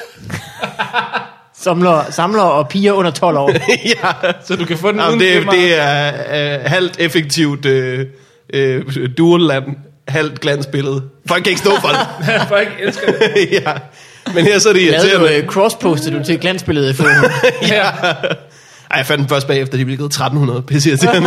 A: Samler og piger under 12 år.
C: Ja, så du kan få den uden
B: det er halvt effektivt dual land, halvt glansbillede. Folk kan ikke stå for det.
C: Folk elsker det.
B: Ja. Men her så er det irriterende.
A: Lavede du cross-postet du til glansbilledet i forum?
B: Ja. Ej, jeg fandt den først bagefter, de blev givet 1300. Pisse irriterende.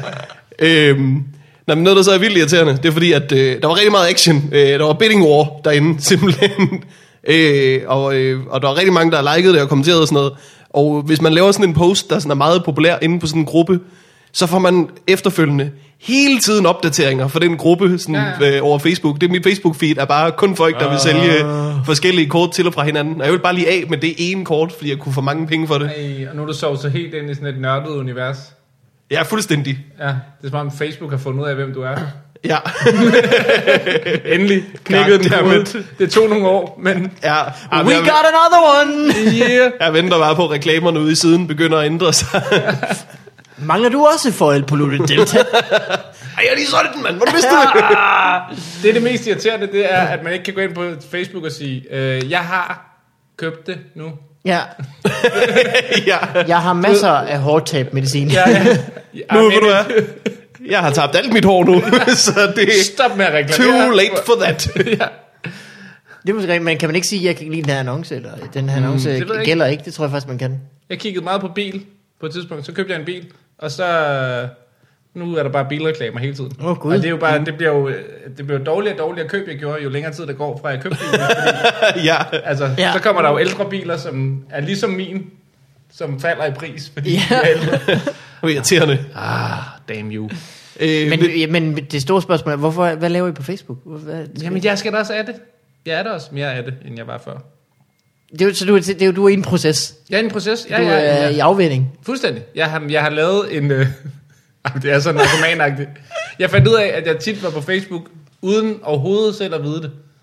B: Men noget, der så er vildt irriterende, det er fordi, at der var rigtig meget action. Der var bidding war derinde, simpelthen. Og der var rigtig mange, der har liket det og kommenteret og sådan noget. Og hvis man laver sådan en post, der sådan er meget populær inde på sådan en gruppe, så får man efterfølgende hele tiden opdateringer for den gruppe sådan, over Facebook. Det mit Facebook-feed er bare kun folk, der vil sælge forskellige kort til og fra hinanden. Og jeg vil bare lige af med det ene kort, fordi jeg kunne få mange penge for det.
C: Og nu er du så helt ind i sådan et nørdet univers.
B: Ja, fuldstændig.
C: Ja, det er som om Facebook har fundet ud af, hvem du er.
B: Ja.
C: Endelig knækkede den her med. Det tog nogle år, men...
A: Ja. We got another one!
C: Yeah.
B: Jeg venter bare på, at reklamerne ude i siden begynder at ændre sig.
A: Mangler du også foil polluted Delta?
B: Ej, jeg lige solgt den, mand. Hvor du vidste det?
C: Det er det mest irriterende, det er, at man ikke kan gå ind på Facebook og sige, jeg har købt det nu.
A: Ja.
B: Ja.
A: Jeg har masser af hårdtab-medicin.
B: Ja. Nu ved du hvad? Jeg har tabt alt mit hår nu, så det er
C: stop med at reklamere.
B: Too late for that.
C: Ja.
A: Det er måske rigtigt, men kan man ikke sige, at jeg kan ikke lide den her annonce, eller den her annonce gælder ikke? Det tror jeg faktisk, man kan.
C: Jeg kiggede meget på bil på et tidspunkt, så købte jeg en bil, og så nu er der bare bilreklamer hele tiden.
A: Gud.
C: Og det er jo bare, det bliver jo dårligere og dårligere køb, jeg gjorde, jo længere tid der går fra jeg købte bilen. Fordi,
B: ja.
C: Altså, så kommer der jo ældre biler, som er ligesom min, som falder i pris, fordi de er ældre.
B: Det er irriterende.
C: Damn you.
A: Men det store spørgsmål er, hvad laver I på Facebook?
C: Jamen, jeg skal da også af det. Jeg er der også mere af det, end jeg var før.
A: Så du er i en proces?
C: Jeg er i en proces.
A: Du er i afvinding?
C: Fuldstændig. Jeg har lavet en... det er sådan narkomanagtigt. Jeg fandt ud af, at jeg tit var på Facebook, uden overhovedet selv at vide det.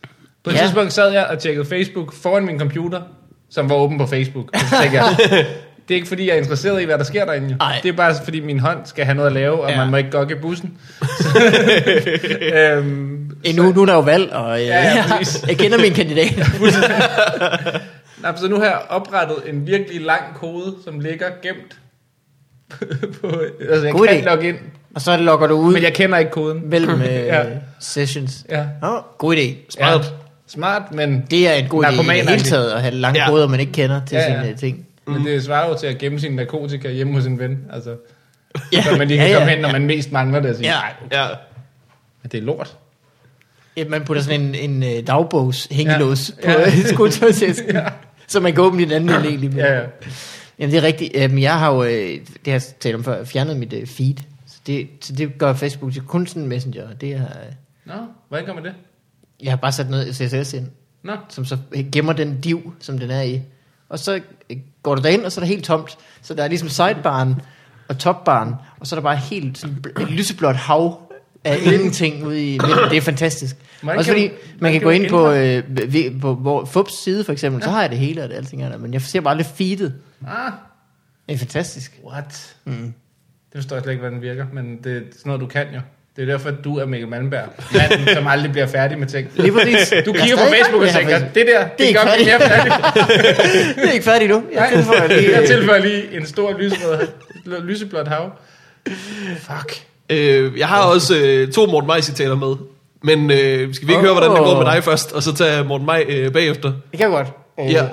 C: På et tidspunkt sad jeg og tjekkede Facebook foran min computer, som var åben på Facebook. Og så tænkte jeg, det er ikke fordi, jeg er interesseret i, hvad der sker derinde. Det er bare fordi, min hånd skal have noget at lave, og man må ikke gokke bussen.
A: Nu er der jo valg, og jeg kender min kandidat.
C: Så nu har jeg oprettet en virkelig lang kode, som ligger gemt på, altså jeg kan logge ind.
A: Og så logger du ud.
C: Men jeg kender ikke koden.
A: Mellem sessions.
C: Ja.
A: God idé.
C: Smart. Ja. Smart, men
A: det er en god idé i det hele taget at have lange koder, man ikke kender til sine ting.
C: Men det svarer jo til at gemme sin narkotika hjemme hos en ven. Altså, så man lige kan komme hen, når man mest mangler det. Og sige, men det er lort.
A: Man putter sådan en dagbogs hængelås på skotøjsæsken, så man kan åbne den anden del i. Jamen det er rigtigt. Jeg har jo, det har jeg talt om før, fjernet mit feed. Så det gør Facebook til kun sådan en messenger. Det har,
C: hvordan gør man det?
A: Jeg har bare sat noget CSS ind, som så gemmer den div, som den er i. Og så går du derind, og så er der helt tomt. Så der er ligesom sidebaren og topbaren, og så er der bare helt sådan et lyseblåt hav af ingenting ude i midten. Det er fantastisk. Også fordi man kan gå ind på Fubs side for eksempel, så har jeg det hele og det alting er der, men jeg ser bare lidt feedet. Det er fantastisk.
C: What? Det forstår jeg slet ikke, hvordan den virker, men det er sådan noget, du kan jo. Det er derfor, at du er Mikkel Malmberg. Manden, som aldrig bliver færdig med ting.
A: Lige præcis.
C: Du kigger på Facebook og tænker, det gør mig mere færdig.
A: Det er ikke færdigt nu.
C: Jeg tilføjer lige en stor lyseblåt hav. Fuck.
B: Jeg har også 2 Morten Maj-citater med. Men skal vi ikke høre, hvordan det går med dig først, og så tage Morten Maj bagefter?
A: Det kan godt.
B: Ja.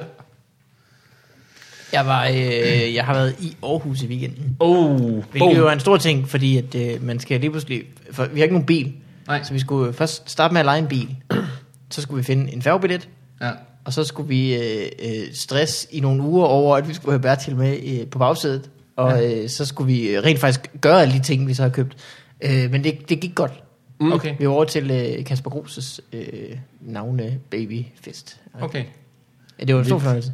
A: Jeg har været i Aarhus i weekenden. Hvilket jo er en stor ting, fordi at man skal lige pludselig... For vi har ikke nogen bil.
C: Nej.
A: Så vi skulle først starte med at leje en bil. Så skulle vi finde en færgebillet.
C: Ja.
A: Og så skulle vi stress i nogle uger over, at vi skulle have Bertil med på bagsædet. Og så skulle vi rent faktisk gøre alle de ting, vi så har købt. Men det gik godt.
C: Okay.
A: Vi var over til Kasper Grus' navne babyfest.
C: Okay.
A: Det var en stor fornøjelse.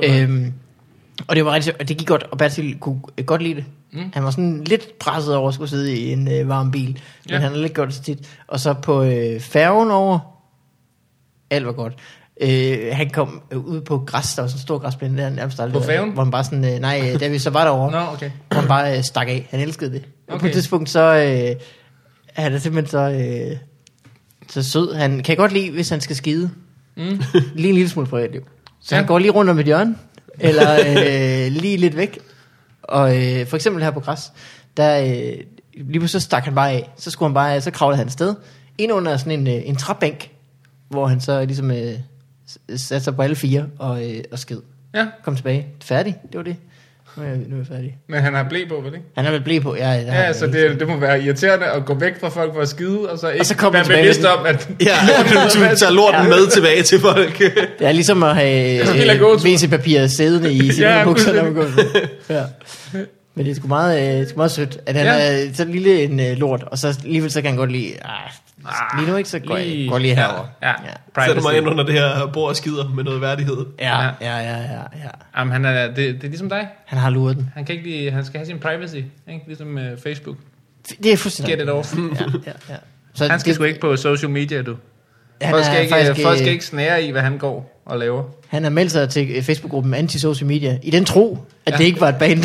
A: Og det var rigtig, og det gik godt, og Bertil kunne godt lide det. Han var sådan lidt presset over at skulle sidde i en varm bil, men han har lidt gjort det så tit. Og så på færgen over, alt var godt. Han kom ud på græs, der var sådan en stor græsplæne der nærmest aldrig.
C: På færgen?
A: Hvor han bare sådan, da vi så var derovre,
C: okay.
A: hvor han bare stak af. Han elskede det. Og på et tidspunkt så han er simpelthen så sød. Han kan godt lide, hvis han skal skide. Lige en lille smule privatliv. Så han går lige rundt om et hjørne, eller lige lidt væk. Og for eksempel her på græs, der lige så stak han bare af. Så kravlede han afsted ind under sådan en træbænk, hvor han så ligesom satte sig på alle 4 og sked.
C: Ja.
A: Kom tilbage. Færdig, det var det. Nu er jeg færdig.
C: Men han har blæ på, vel ikke?
A: Han har vel blæ på,
C: ja. Så det må være irriterende at gå væk fra folk for at skide, og så ikke
A: være
C: bevidst om, at...
B: Ja, du tager lorten med tilbage til folk.
A: Det er ligesom at have WC-papir siddende i sine bukser, når man går. Ja. Men det er sgu meget sødt, at han er så lille en lort, og så alligevel så kan han godt lide... lige nu ikke, så går lige herover.
C: Ja.
B: Sætter mig ind under det her bord og skider med noget værdighed.
A: Ja.
C: Jamen, det er ligesom dig.
A: Han har luret den.
C: Han kan ikke lide, han skal have sin privacy, ikke? Ligesom Facebook.
A: Det er fuldstændig.
C: Get it off.
A: Ja. Så
C: han skal sgu ikke på social media, du. Folk skal ikke snære i, hvad han går og laver.
A: Han har meldt sig til Facebook-gruppen Anti-Social Media, i den tro, at det ikke var et band.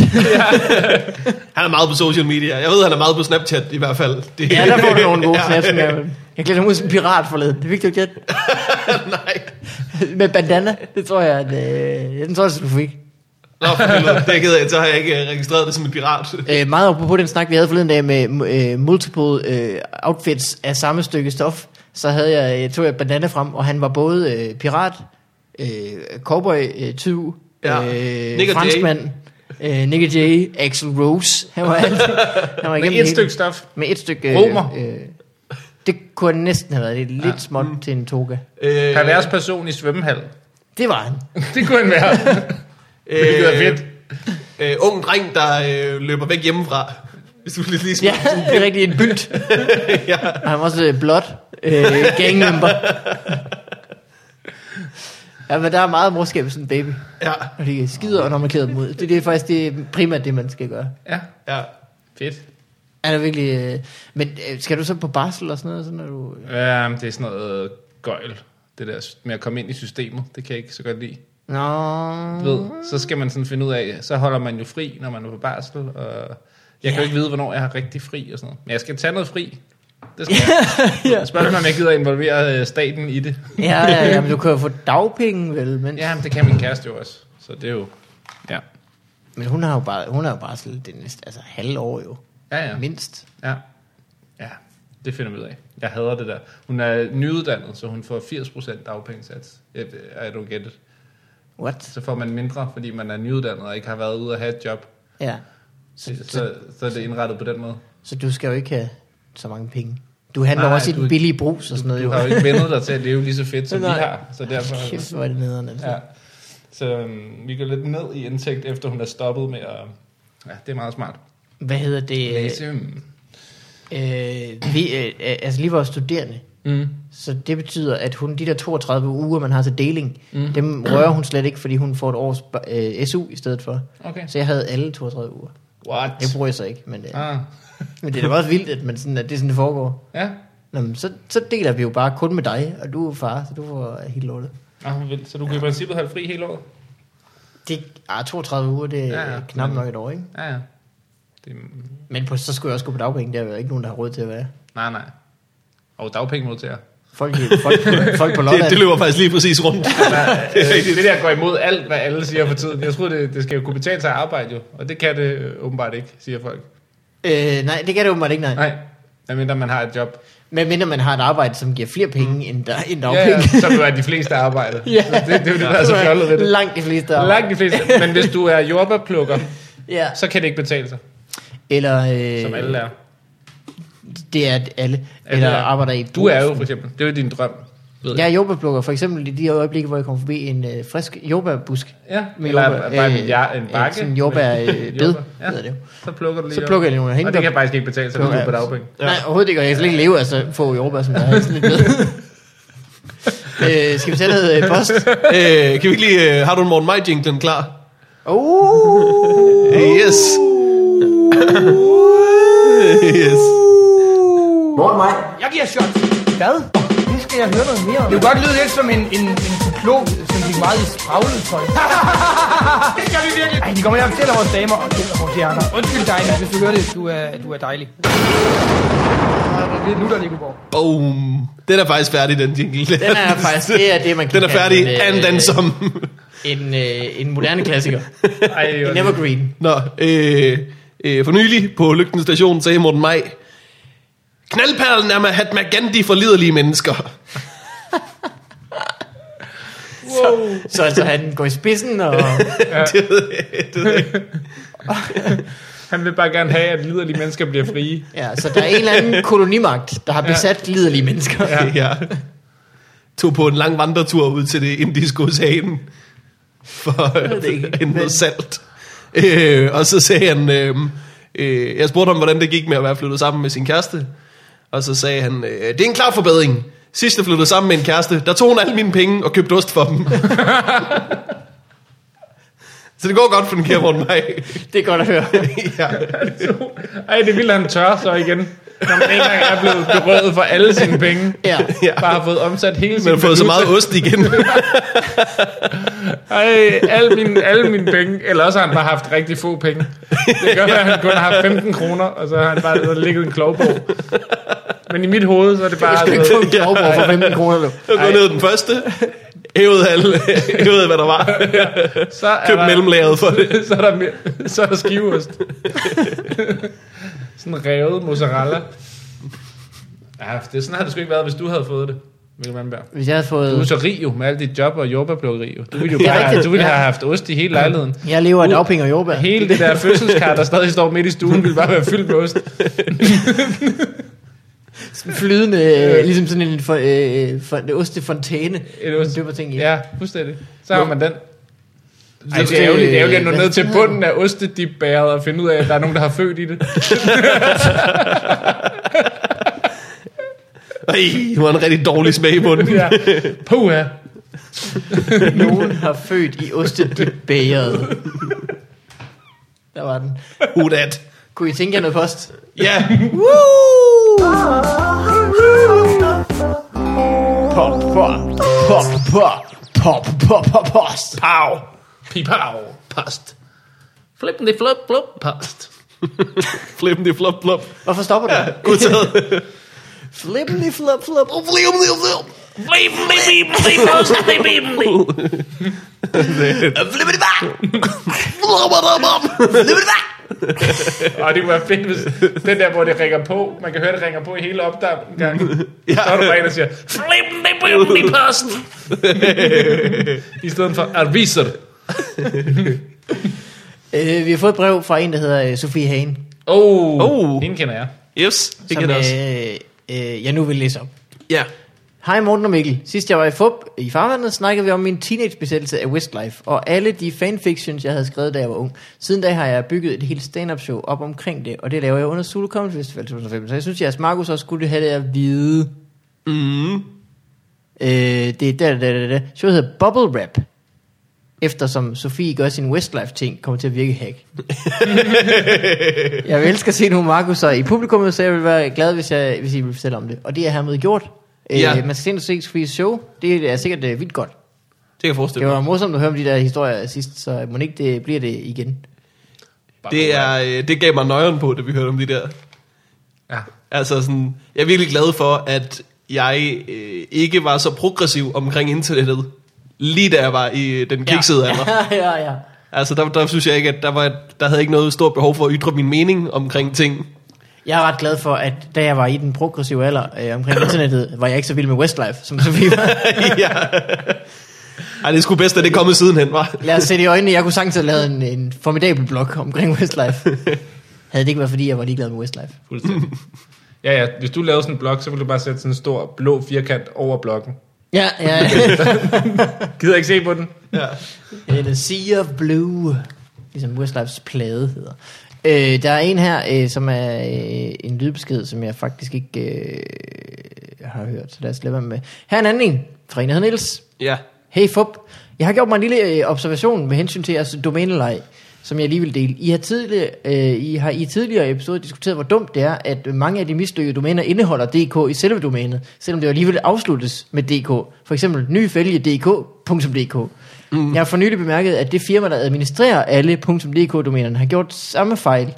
B: Han er meget på social media. Jeg ved, han er meget på Snapchat i hvert fald.
A: Ja, der får du nogle gode snaps. Jeg glæder mig ud som en pirat forleden. Det fik du ikke gætte?
B: Nej.
A: Med bandana, det tror jeg, at den tror jeg, du fik.
B: Nå, det er ked af, så har jeg ikke registreret det som en pirat.
A: Meget op på den snak, vi havde forleden dag med multiple outfits af samme stykke stof, så tog jeg bandana frem, og han var både pirat, cowboy, tyv, franskmand, Nick J, Axl Rose. Han var
C: med et stykke stof.
A: Med et stykke
C: romer.
A: Det kunne næsten have været lidt småt til en toga.
C: Pervers person i svømmehal.
A: Det var han.
C: Det kunne han være. Det er fedt.
B: Ung dreng, der løber væk hjemmefra. Hvis du lige
A: det er rigtig en bylt. Og han var også blot gangmember. Ja, men der er meget morskab i sådan en baby.
B: Ja.
A: Og de skider og når man klæder dem ud. Det er faktisk primært det, man skal gøre.
C: Ja. Fedt.
A: Er det virkelig... men skal du så på barsel og sådan noget? Sådan, når du...
C: Ja, det er sådan noget gøjl. det der med at komme ind i systemet. Det kan jeg ikke så godt lide.
A: Nå.
C: Så skal man sådan finde ud af, så holder man jo fri, når man er på barsel, og jeg kan jo ikke vide, hvornår jeg har rigtig fri og sådan noget. Men jeg skal tage noget fri. Det skal jeg. Spørgsmålet om jeg gider involvere staten i det.
A: Ja, men du kan jo få dagpenge, vel? Men...
C: Ja, men det kan min kæreste jo også. Så det er jo, ja.
A: Men hun har jo bare det næste, altså halve år jo.
C: Ja.
A: Mindst.
C: Ja, det finder vi ud af. Jeg hader det der. Hun er nyuddannet, så hun får 80% dagpengesats. I don't get it.
A: What?
C: Så får man mindre, fordi man er nyuddannet og ikke har været ude og have et job.
A: Ja.
C: Så er det indrettet på den måde.
A: Så du skal jo ikke have så mange penge. Du handler også i den billige brus og sådan noget.
C: Du har jo ikke vendet dig til at leve lige så fedt, som vi har. Så derfor,
A: kæft, hvor er det nederen. Altså.
C: Ja. Så vi går lidt ned i indtægt, efter hun er stoppet med at... Ja, det er meget smart.
A: Hvad hedder det?
C: Læse.
A: Altså lige vores studerende. Så det betyder, at de der 32 uger, man har til deling, dem rører hun slet ikke, fordi hun får et års SU i stedet for.
C: Okay.
A: Så jeg havde alle 32 uger.
C: What?
A: Det bruger jeg så ikke, men, men det er da også vildt, at det er sådan, det foregår.
C: Ja.
A: Nå, men så deler vi jo bare kun med dig, og du er far, så du får helt lortet.
C: Så du kan i princippet holde fri hele året?
A: 32 uger, det er knap nok et år, ikke?
C: Ja.
A: Men så skulle jeg også gå på dagpenge, der er jo ikke nogen, der har råd til at være.
C: Nej. Og dagpengemodtager.
A: Folk på Lolland.
B: Det løber faktisk lige præcis rundt.
C: Det der går imod alt, hvad alle siger for tiden. Jeg tror, det skal jo kunne betale sig at arbejde jo. Og det kan det åbenbart ikke, siger folk.
A: Nej, det kan det åbenbart ikke,
C: nej. Medmindre man har et job.
A: Medmindre man har et arbejde, som giver flere penge end dagpenge.
C: Ja, så er de fleste arbejde. Ja. Det er jo det, der er så fjollet ved det.
A: Langt de fleste arbejde.
C: Men hvis du er jordbærplukker,
A: ja,
C: så kan det ikke betale sig.
A: Eller...
C: som alle er.
A: Det er alle. Eller arbejder i...
C: Du er jo for eksempel. Det er jo din drøm.
A: Jeg er jordbærplukker. For eksempel i de øjeblikke, hvor jeg kommer forbi en frisk jordbærbusk.
C: Ja, eller bare en bakke.
A: Sådan en jordbærbed, hedder det.
C: Så plukker du lige.
A: Så plukker jeg lige nogle hængeblok.
C: Og det kan faktisk ikke betale sig, hvis du er på dagpenge.
A: Nej, overhovedet ikke. Og jeg kan slet ikke leve af så få jordbær, som der er sådan lidt med. Skal vi tage noget post?
B: Kan vi ikke lige... har du en Morten Maj-jinglen klar? Yes. Yes.
D: Morten Maj. Jeg giver shot. Hvad? Det skal jeg høre noget mere om. Det kunne godt lyde lidt som en cyklon, som gik meget i spraglet tøj. Det gør vi virkelig. Ej, de kommer hjem til vores damer og til vores hjerner. Undskyld dig, hvis du hører det. Du er dejlig. Det er nu, der ligger på.
B: Boom. Den er faktisk færdig, den jingle.
A: Den er faktisk, det er det, man kan.
B: Den er færdig, and den som...
A: En moderne klassiker. En evergreen.
B: Nå, for nylig på Lygten Station sagde Morten Maj: knaldperlen er Mahatma Gandhi for liderlige mennesker.
A: Wow. Så altså han går i spidsen og...
B: Ja. det ved jeg.
C: Han vil bare gerne have, at liderlige mennesker bliver frie.
A: Ja, så der er en eller anden kolonimagt, der har besat liderlige mennesker.
B: Ja. Tog på en lang vandretur ud til det Indiske Ocean for en noget salt. Og så sagde han, jeg spurgte ham, hvordan det gik med at være flyttet sammen med sin kæreste. Og så sagde han, det er en klar forbedring. Sidst jeg flyttede sammen med en kæreste, der tog hun alle mine penge og købte ost for dem. Så det går godt for den kære Morten Maj.
A: Det er godt at høre.
B: Ja.
C: Ej, det ville han tør så igen. Når man ikke engang er blevet berøvet for alle sine penge.
A: Ja.
C: Bare har fået omsat hele sin
B: men har fået så meget ost igen.
C: Ej, alle mine penge. Eller også har han bare haft rigtig få penge. Det gør, at han kun har haft 15 kroner, og så har han bare ligget en klogbog. Men i mit hoved, så er det bare...
A: Du skal ikke få en klogbog for 15 kroner, du.
B: Jeg går ned den første. Hævede hvad der var. Køb mellemlagret for det.
C: Så er der skiveost. Sådan revet mozzarella. Ja, det sådan havde det sgu ikke været, hvis du havde fået det, Mikkel Malmberg.
A: Hvis jeg havde fået...
C: Du er så rig jo, med alle dit job og jordbærplukkeri jo. Du ville jo bare, du ville have haft ost i hele lejligheden.
A: Jeg lever af dagpenge og jordbær.
C: Hele det der fødselskar, der stadig står midt i stuen, ville bare være fyldt med ost.
A: Flydende, ligesom sådan en ostefontæne.
C: En ost.
A: Det var ting i.
C: Ja, fuldstændig. Så har man den. Ej, det er ærgerligt at nå ned til bunden af ostedipbæret og finde ud af, at der er nogen, der har født i det.
B: Ej, det var en rigtig dårlig smag i munden.
C: Ja. Puha.
A: Nogen har født i ostedipbæret. Der var den.
B: Who that?
A: Kunne I tænke jer noget post?
B: Ja.
A: Woo! Post.
C: Pow. Pipow. Post. Flippende flop flop. Post.
B: Flippende flop flop.
A: Hvorfor stopper du?
B: Ja, godtaget.
A: Flippende flop flop.
B: Flippende flop.
C: Og det kunne være fedt, hvis den der, hvor det ringer på, man kan høre, det ringer på i hele opgangen. Ja. Så er du bare en, der siger, flippende post. I stedet for aviser.
A: Vi har fået et brev fra en, der hedder Sofie Hagen.
C: Hende kender jeg.
B: Yes, det kan jeg også.
A: Jeg nu vil læse op.
B: Ja.
A: Hej Morten og Mikkel. Sidst jeg var i FUB i farvandet, snakkede vi om min teenage-besættelse af Westlife, og alle de fanfictions, jeg havde skrevet, da jeg var ung. Siden da har jeg bygget et helt stand-up show op omkring det, og det laver jeg under Zulu Comedy Festival 2015. Så jeg synes, at Markus også skulle have det at vide. Det er showet hedder Bubble Rap, eftersom Sofie gør sin Westlife-ting, kommer til at virke hack. Jeg vil elske at se nogle Markus i publikummet, så jeg vil være glad, hvis I vil fortælle om det. Og det er hermed gjort. Man skal ind og se Sofies show. Det er sikkert vildt godt.
B: Det kan jeg forestille mig.
A: Det var morsomt at høre om de der historier sidst, så må ikke det bliver det igen.
B: Det gav mig nøjeren på, da vi hørte om de der.
C: Ja.
B: Altså sådan, jeg er virkelig glad for, at jeg ikke var så progressiv omkring internettet, lige da jeg var i den kiksede alder.
A: Ja.
B: Altså der synes jeg ikke, at der havde ikke noget stort behov for at ytre min mening omkring ting.
A: Jeg er ret glad for, at da jeg var i den progressive alder omkring internettet, var jeg ikke så vild med Westlife, som Sofie var.
B: Ja. Ej, det er sgu bedst, at det er kommet sidenhen, var.
A: Lad os sætte i øjnene, jeg kunne sagtens have lavet en formidabel blog omkring Westlife. Havde det ikke været, fordi jeg var ligeglad med Westlife.
C: Fuldstændig. Ja, hvis du lavede sådan en blog, så ville du bare sætte sådan en stor blå firkant over bloggen.
A: Ja.
C: Gider ikke se på den?
B: Ja.
A: The Sea of Blue, ligesom Westlifes plade hedder. Der er en her, som er en lydbesked, som jeg faktisk ikke har hørt, så lad os lade være med. Her er en anden en, fra en, der hedder Niels.
B: Ja.
A: Hey FUB, jeg har gjort mig en lille observation med hensyn til jeres domænelej, som jeg lige vil dele. I har i tidligere episoder diskuteret, hvor dumt det er, at mange af de mislykkede domæner indeholder DK i selve domænet, selvom det alligevel afsluttes med DK. For eksempel nyfælge.dk.dk. Jeg har for nylig bemærket, at det firma, der administrerer alle .dk-domænerne, har gjort samme fejl.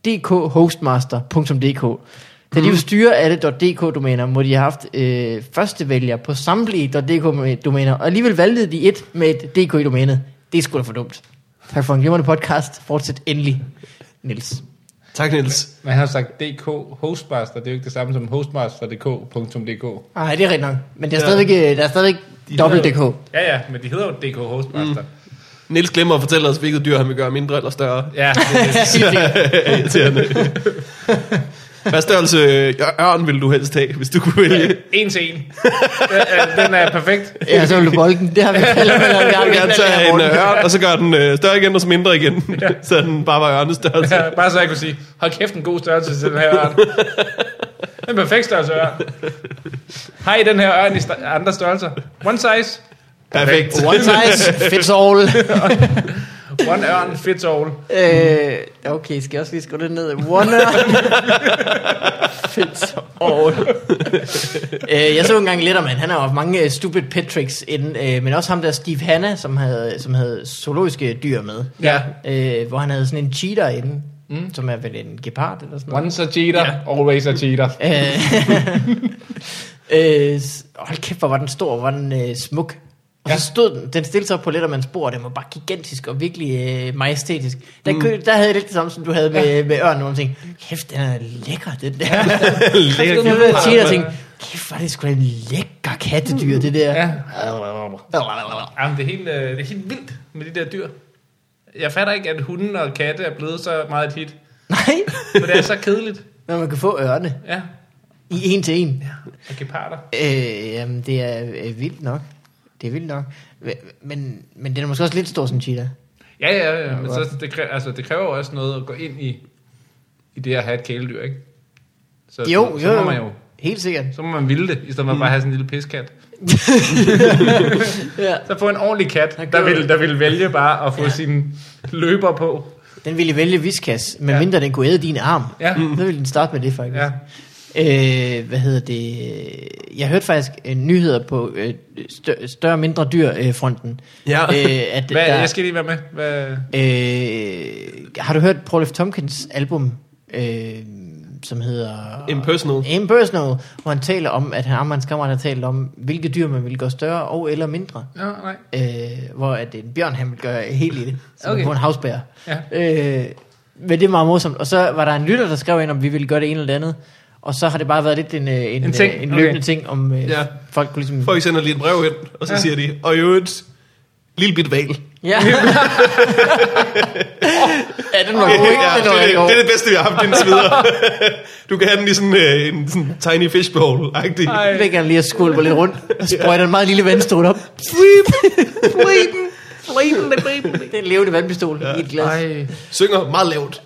A: dkhostmaster.dk. Da de vil styre alle .dk-domæner, må de have haft førstevælger på samtlige .dk-domæner, og alligivel valgte de et med et DK i domænet. Det er sgu da for dumt. Tak for en glimrende podcast. Fortsæt endelig, Niels.
B: Tak, Niels.
C: Man har sagt DK Hostmaster, det er jo ikke det samme som hostmaster.dk.dk.
A: Nej, det er rigtigt nok. Men der er stadigvæk dobbelt DK.
C: Ja, men de hedder jo DK Hostmaster.
B: Niels glemmer at fortælle os, hvilket dyr han vil gøre mindre eller større.
C: Ja,
B: det er irriterende. Hvad størrelse ørn vil du helst have, hvis du kunne vælge?
C: 1 til 1. Den er perfekt.
A: Ja, så vil du bolden. Det har vi
B: Jeg vil gerne tage en ørn, og så gør den større igen, og så mindre igen. Ja. Så den bare var ørnestørrelse.
C: Ja, bare så jeg kunne sige, hold kæft, en god størrelse til den her ørn. En perfekt størrelse ørn. Har I den her ørn i andre størrelser? One size.
B: Perfekt.
A: One size fits all.
C: One ørn fits all.
A: Okay, skal jeg også lige skrive det ned? One ørn fits all. Jeg så engang Letterman. Han har jo mange stupid pet tricks inden, men også ham der Steve Hanna, som havde zoologiske dyr med.
C: Ja.
A: Hvor han havde sådan en cheetah inden. Som er vel en gepard eller sådan noget.
C: Once a cheetah, always a cheetah.
A: Hold kæft, hvor var den stor, hvor var den smuk. Og så stod den stillede sig op på Lettermans bord, og den var bare gigantisk og virkelig majestætisk. Der havde jeg lidt det samme, som du havde med ørnen, hvor man tænkte, kæft, den er lækker, den der. Lækker. Og tænkte, kæft, var det sgu en lækker kattedyr, det der.
C: Ja. Jamen, det er helt vildt med de der dyr. Jeg fatter ikke, at hunden og katte er blevet så meget et hit.
A: Nej.
C: For det er så kedeligt.
A: Når man kan få ørne.
C: Ja.
A: I 1 til 1.
C: Ja, og geparder.
A: Jamen, det er vildt nok. Det er vildt nok. Men den er måske også lidt stor som cheetah.
C: Ja, men så det kræver jo også noget at gå ind i det at have et kæledyr, ikke? Så må man jo
A: helt sikkert.
C: Så må man ville det, i stedet for bare have sådan en lille piskat.
A: Ja.
C: Så få en ordentlig kat, der vil vælge bare at få sin løber på.
A: Den ville vælge viskas, men mindre den kunne æde din arm.
C: Ja.
A: Så ville den starte med det faktisk.
C: Ja.
A: Hvad hedder det? Jeg hørte faktisk nyheder på større og mindre dyr fronten.
B: Ja.
C: Jeg skal lige være med.
A: Har du hørt Paul F. Tompkins album, som hedder Impersonal, hvor han taler om, at hans kammerat har talt om, hvilke dyr man vil gøre større og eller mindre.
C: Ja, nej.
A: Hvor at en bjørn, han vil gøre helt i det, som på en havsbær.
C: Ja.
A: Men det er meget morsomt. Og så var der en lytter, der skrev ind, om vi ville gøre det ene eller det andet. Og så har det bare været lidt en løbende ting, om folk kunne ligesom...
B: Folk sender lige et brev ind, og så siger de, og jo et lille bit val.
A: Ja. Den var god, ikke?
B: Det er det bedste, vi har haft indtil videre. Du kan have den i sådan en sådan tiny fishbowl-agtig.
A: Jeg vil gerne lige at skåle lidt rundt, og sprøjter en meget lille vandstol op. Fleepen. Det er en levende vandpistol i et glas.
B: Synger meget lavt.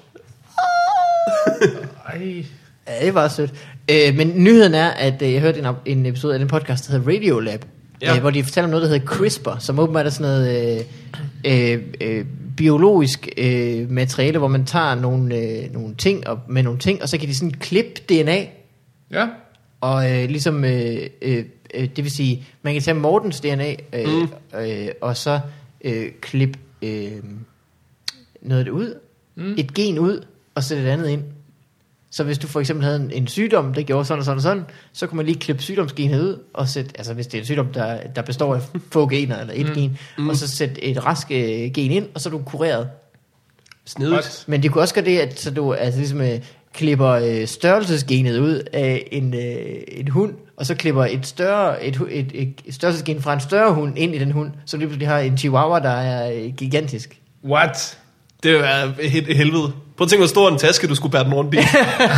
A: Ja, det var sødt. Men nyheden er, at jeg hørte en episode af den podcast, der hedder Radiolab, hvor de fortæller om noget, der hedder CRISPR, som åbenbart er sådan noget biologisk materiale, hvor man tager nogle ting og med nogle ting, og så kan de sådan klippe DNA.
C: Ja. Og
A: ligesom, det vil sige, man kan tage Mortens DNA, og så klippe noget af det ud, et gen ud, og sætte et andet ind. Så hvis du for eksempel havde en sygdom, der gjorde sådan og sådan og sådan, så kunne man lige klippe sygdomsgenet ud, og sætte, altså hvis det er en sygdom, der består af få gener, eller et gen, og så sætte et rask gen ind, og så er du kureret.
B: Snedigt.
A: Men det kunne også gøre det, at så du altså ligesom klipper størrelsesgenet ud af en hund, og så klipper et størrelsesgen fra en større hund ind i den hund, så lige pludselig har en chihuahua, der er gigantisk.
C: What?
B: Det er helvede. Prøv at tænke, hvor stor en taske, du skulle bære den rundt i.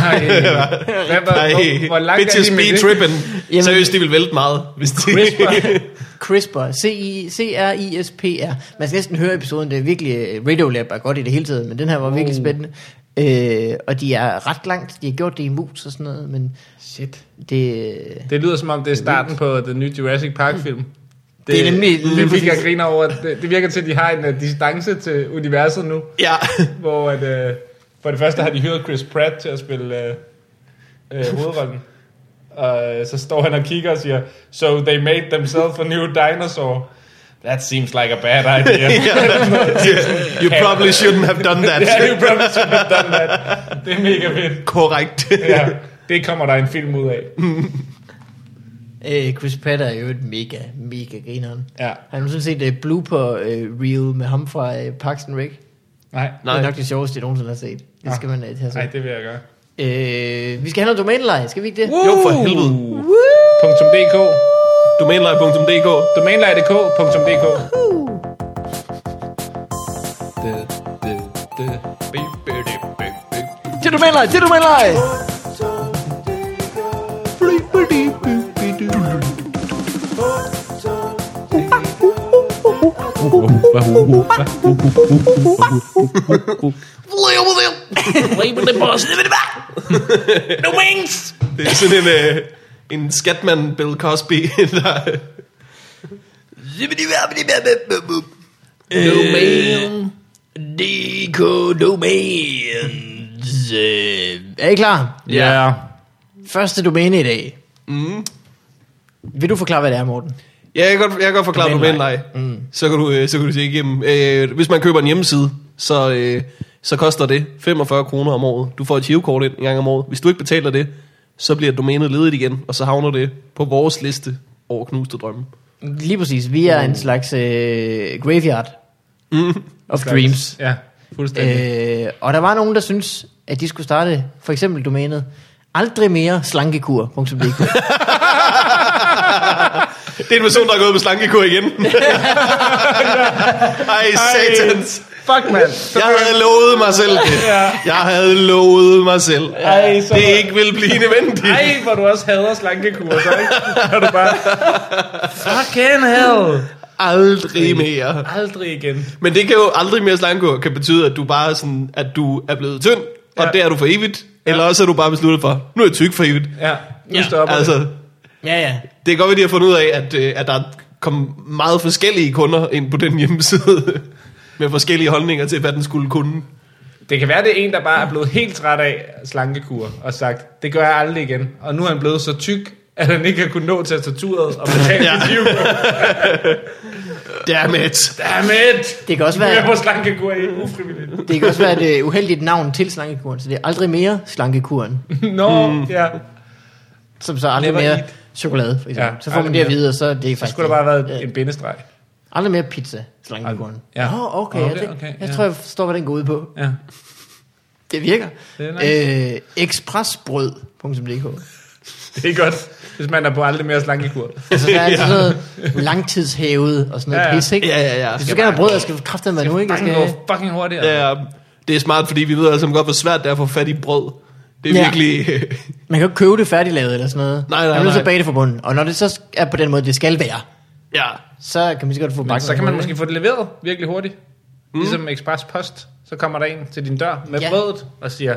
C: Hvor langt
B: bitches
C: er de med
B: be trippin'. Seriøst, de vil vælte meget. Hvis de
A: CRISPR. C-R-I-S-P-R. Man skal næsten høre episoden. Det er virkelig... Radiolab er godt i det hele taget, men den her var virkelig spændende. Og de er ret langt. De har gjort det i mus og sådan noget, men...
C: Shit.
A: Det
C: lyder som om, det er starten på den nye Jurassic Park-film.
A: Det er nemlig...
C: Det fik jeg griner over. Det virker til, at de har en distance til universet nu.
B: Ja.
C: Hvor for det første har de hyret Chris Pratt til at spille hovedrollen. Og så står han og kigger og siger, so they made themselves a new dinosaur. That seems like a bad idea.
B: You probably shouldn't have done that.
C: Yeah, you probably shouldn't have done that. Det er mega fedt.
B: Korrekt.
C: Ja, det kommer der en film ud af.
A: Chris Pratt er jo et mega grineren.
C: Ja.
A: Har du sådan set blooper reel med ham fra Parks and Rec?
C: Nej.
A: Det er nok det sjoveste, jeg nogensinde har set. Det skal man have set.
C: Nej, det vil jeg gøre.
A: Vi skal have noget domæneleje, skal vi ikke det?
B: Jo, for helvede.
C: .dk
B: Domæneleje.dk
C: Domæneleje.dk
A: Til domæneleje!
B: No wings! Det er sådan en skatmand Bill Cosby, der...
A: Domain.dk Domains. Er I klar?
C: Ja.
B: Første
A: domæne i dag. Vil du forklare, hvad det er, Morten?
B: Ja, jeg kan godt forklare domæneleje. Så kan du se igennem. Hvis man køber en hjemmeside, så koster det 45 kroner om året. Du får et girokort ind en gang om året. Hvis du ikke betaler det, så bliver domænet ledigt igen, og så havner det på vores liste over knuste drømme.
A: Lige præcis. Vi er en slags graveyard of dreams.
C: Ja, fuldstændig.
A: Og der var nogen, der synes, at de skulle starte for eksempel domænet aldrig mere slankekur.dk.
B: Det er en person, der er gået på slankekur igen. Ej, satans.
C: Fuck, man.
B: Jeg havde lovet mig selv det. Jeg havde lovet mig selv. Det ikke ville blive nødvendigt.
C: Ej, hvor du også hader slankekur, så ikke? Så du bare... Fucking hell.
B: Aldrig mere.
C: Aldrig igen.
B: Men det kan jo aldrig mere slankekur kan betyde, at du bare sådan, at du er blevet tynd, og det er du for evigt. Eller også er du bare besluttet for, nu er jeg tyk for evigt.
C: Ja, nu stopper
B: altså,
C: det.
A: Ja.
B: Det er godt, at de har fundet ud af, at der er kommet meget forskellige kunder ind på den hjemmeside, med forskellige holdninger til, hvad den skulle kunne.
C: Det kan være, det er en, der bare er blevet helt træt af slankekur og sagt, det gør jeg aldrig igen. Og nu er han blevet så tyk, at han ikke har kunnet nå tastaturet og betale sin liv.
B: Dammit.
A: Det kan også være,
C: på slankekur i ufrivilligt.
A: det kan også være et uheldigt navn til slankekuren, så det er aldrig mere slankekuren.
C: Ja.
A: Som så aldrig mere chokolade, for eksempel. Så får man det at vide, og så er det faktisk...
C: Så skulle der bare have været en bindestreg.
A: Aldrig mere pizza, slankekuren.
C: Ja.
A: Okay. Jeg tror, jeg forstår, hvad den går ud på.
C: Ja.
A: Det virker.
C: Det er nice.
A: Ekspresbrød.dk.
C: Det er godt, hvis man er på aldrig mere slankekur.
A: Altså, der er altid noget langtidshævet og sådan noget pis, ikke?
B: Ja.
A: Hvis du gerne har brød, jeg skal kræfte med nu, ikke?
C: Det skal gå fucking hurtigt.
B: Ja, det er smart, fordi vi ved altså godt, hvor svært det er at få fat i brød. Det er virkelig...
A: Man kan jo ikke købe det færdiglavet eller sådan noget.
B: Nej.
A: Man er nødt til at bage det fra bunden. Og når det så er på den måde, det skal være,
B: ja,
A: så kan man sikkert få
C: bagt. Så kan man måske få det leveret virkelig hurtigt. Ligesom Express Post. Så kommer der en til din dør med brødet og siger...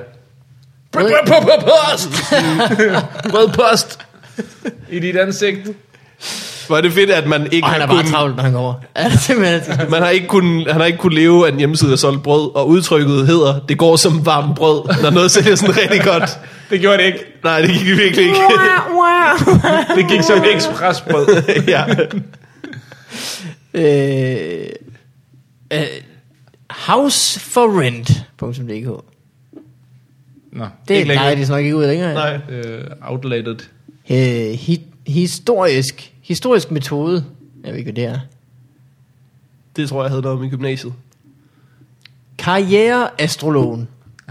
C: Brødpost! I dit ansigt.
B: Hvor er det fedt, at man ikke
A: og han er bare travlt, når han går over.
B: Han har ikke kunnet leve af en hjemmeside, der solgte brød, og udtrykket hedder, det går som varmt brød, når noget sælger sådan rigtig godt.
C: Det gjorde det ikke.
B: Nej, det gik virkelig ikke.
C: Det gik som ekspresbrød.
B: Ja.
A: Houseforrent.dk.
C: Nå,
A: det er de nok ikke ud længere.
C: Nej, outdated.
A: Historisk metode. Jeg ved ikke, hvad det er.
B: Det tror jeg havde noget om i gymnasiet.
A: Karriereastrologen.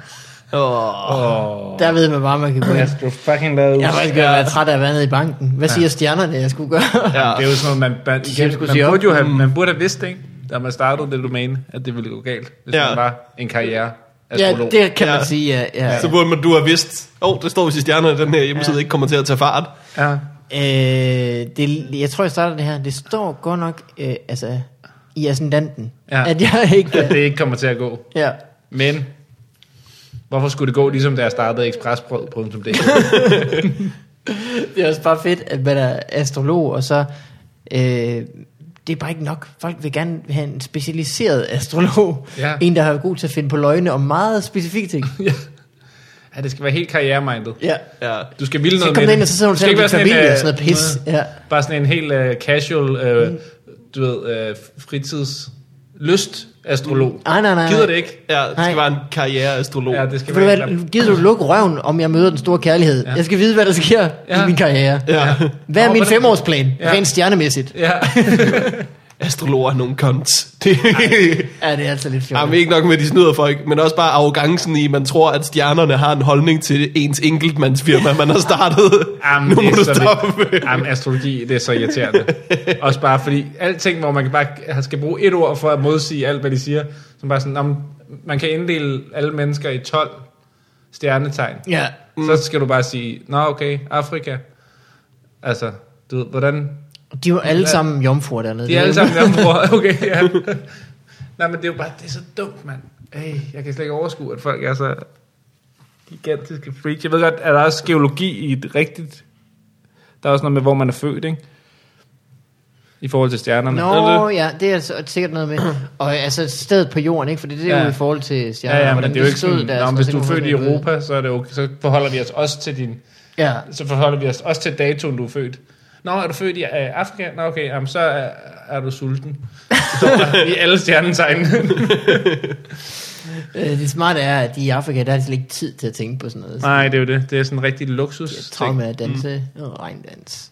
A: Der ved man bare, man kan gå ind. Jeg har faktisk været træt af at være nede i banken. Hvad siger stjernerne, jeg skulle gøre?
C: Ja. Det er jo sådan noget, man burde have vidst, ikke? Da man startede det domæne, at det ville gå galt, hvis man var en karriereastrolog.
A: Ja, det kan man sige, ja.
B: Så burde du have vidst, det står i stjernerne, den her hjemmeside ikke kommer til at tage fart.
C: Ja.
A: Jeg tror, jeg starter det her. Det står godt nok i ascendanten, at jeg ikke...
C: At det ikke kommer til at gå.
A: Ja.
C: Men hvorfor skulle det gå, ligesom da jeg startede ekspresbrød.dk?
A: Det er også bare fedt, at man er astrolog, og så... det er bare ikke nok. Folk vil gerne have en specialiseret astrolog. Ja. En, der har været god til at finde på løgne om meget specifikke ting.
C: Ja, det skal være helt karrieremindet.
A: Ja.
C: Du skal ville noget
A: med det. Så kommer du til at blive familie og sådan noget pis.
C: Bare sådan en helt casual, fritidslyst astrolog.
A: Nej.
C: Gider det ikke?
B: Ja, det skal være en karriereastrolog.
C: Ja, det skal være
A: gider du lukke røven, om jeg møder den store kærlighed? Ja. Jeg skal vide, hvad der sker i min karriere. Ja. Hvad er min 5-årsplan? Rent stjernemæssigt.
C: Ja.
B: Astrologer er nogle cunts.
A: Ja, det er altså lidt fjort.
B: Jamen ikke nok med, de snyder folk, men også bare arrogancen i, man tror, at stjernerne har en holdning til ens enkeltmandsfirma, man har startet.
C: Jamen, nu må du stoppe. Jamen, astrologi, det er så irriterende. Også bare fordi, alting, hvor man bare skal bruge et ord for at modsige alt, hvad de siger, som bare sådan, man kan inddele alle mennesker i 12 stjernetegn.
A: Ja.
C: Så skal du bare sige, okay, Afrika. Altså, du ved, hvordan...
A: De er jo alle sammen jomfruer dernede.
C: De er alle sammen jomfruer, okay, ja. Nej, men det er jo bare, det er så dumt, mand. Jeg kan slet ikke overskue, at folk er så gigantiske freaks. Jeg ved godt, at der er også geologi i et rigtigt... Der er også noget med, hvor man er født, ikke? I forhold til stjernerne.
A: Ja, det er sikkert noget med. Og altså stedet på jorden, ikke? For det er jo i forhold til stjernerne.
C: Ja, men det er jo ikke sådan... hvis du er født i Europa, så er det okay. Så forholder vi os også til din... Ja. Så forholder vi os også til datoen, du er født. Er du født i Afrika? Okay, jamen, så er du sulten. I alle stjernetegn.
A: Det smarte er, at i Afrika, der er det ikke tid til at tænke på sådan noget.
C: Nej, det er jo det. Det er sådan en rigtig luksus.
A: Jeg tror med at danse. Regndans.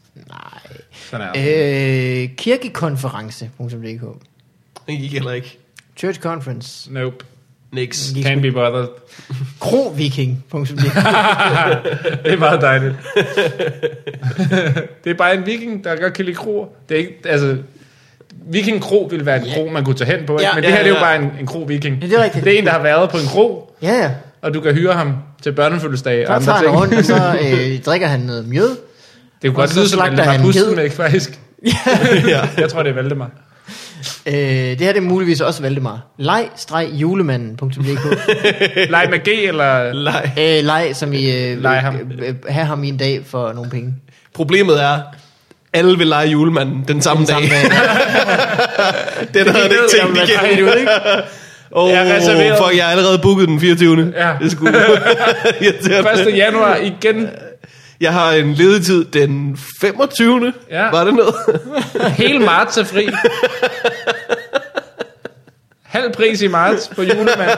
A: Nej. Kirkekonference.dk.
B: Det gik heller ikke.
A: Church Conference.
C: Nope.
B: Nix.
C: Can't be bothered.
A: Kroviking.dk.
C: Det er meget dejligt. Det er bare en viking, der godt kan lide kroer. Det er ikke, altså... Viking Kro ville være en kro, man kunne tage hen på, ikke? Men det her det er jo bare en kro-viking.
A: Det er rigtigt.
C: Det er en, der har været på en kro,
A: ja.
C: Og du kan hyre ham til børnefødselsdage og andre ting.
A: Så tager han rundt, og så drikker han noget mjød.
C: Det kunne godt lyde som Valdemar Pustenvæk, faktisk. Ja. Jeg tror, det er Valdemar.
A: Det her det er muligvis også Valdemar. Leg-julemanden.dk.
C: Leg med G, eller?
A: Leg, som I have ham i en dag for nogle penge.
B: Problemet er, alle vil lege julemanden den samme dag. Det er noget, ikke tænkt igennem.
C: Jeg er reserveret.
B: Fuck, jeg har allerede booket den 24.
C: Ja.
B: Det skulle
C: 1. januar igen.
B: Jeg har en ledetid den 25.
C: Ja.
B: Var det noget?
C: Hele marts er fri. Halv pris i marts på julemand.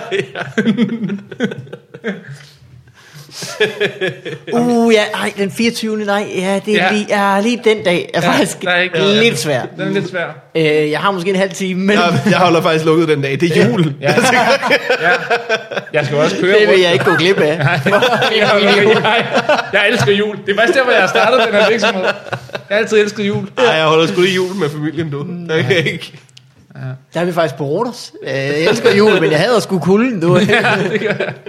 A: Den 24. Nej, ja, det er lige den dag er faktisk lidt svær.
C: Den er lidt svær.
A: Jeg har måske en halv time, men...
B: Jeg holder faktisk lukket den dag. Det er jul.
C: Ja. Jeg skal også køre.
A: Det vil jeg ikke gå glip af.
B: Nej.
C: Jeg elsker jul. Det er faktisk der, hvor jeg startede den her virksomhed. Jeg har altid elsket jul.
B: Nej, jeg holder sgu lige jul med familien, du. Ikke.
A: Ja. Der er vi faktisk på Rodos. Jeg elsker jul, men jeg hader sgu kulden, du.
C: Ja, det gør jeg.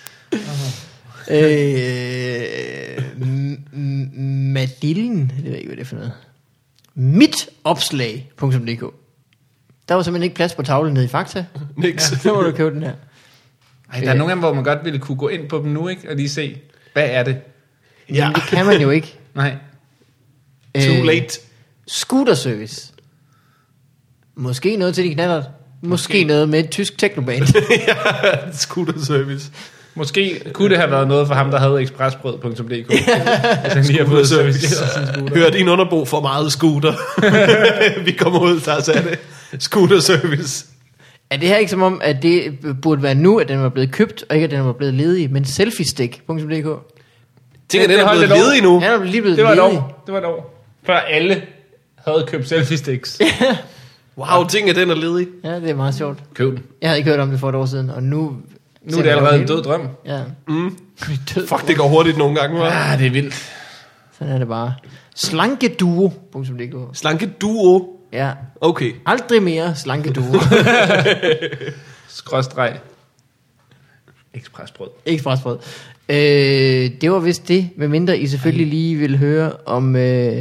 A: Madillen, det ved jeg ikke, hvad det er for noget. Mitopslag.dk. Der var simpelthen ikke plads på tavlen nede i Fakta.
B: Niks.
A: Så må du købe den her.
C: Ej, der er nogle gange, hvor man godt ville kunne gå ind på dem nu, ikke? Og lige se, hvad er det?
A: Ja. Men det kan man jo ikke.
C: Nej.
B: Too late.
A: Scooterservice. Måske noget til de knallert. Måske noget med et tysk technoband.
B: Ja, scooterservice.
C: Måske kunne det have været noget for ham, der havde ekspresbrød.dk. Altså, lige har fået service.
B: Hør din underbo for meget scooter. Vi kommer ud, der så er det scooterservice.
A: Er det her ikke som om, at det burde være nu, at den var blevet købt, og ikke at den var blevet ledig, men selfiestick.dk?
B: Tænker, den er blevet ledig nu.
A: Han er lige blevet
C: det var
A: ledig.
C: Det var et år. Før alle havde købt selfie-sticks.
B: Wow, tænker, den er ledig.
A: Ja, det er meget sjovt.
C: Køb den.
A: Jeg havde ikke hørt om det for et år siden, og nu
C: er det allerede en død drøm.
A: Ja.
B: Fuck, det går hurtigt nogle gange, hva'?
C: Ja, det er vildt.
A: Sådan er det bare. Slankeduo.dk.
B: Slankeduo.
A: Ja.
B: Okay.
A: Aldrig mere slankeduo.
C: Skråstreg. Ekspresbrød.
A: Ekspresbrød. Det var vist det, medmindre I selvfølgelig lige vil høre om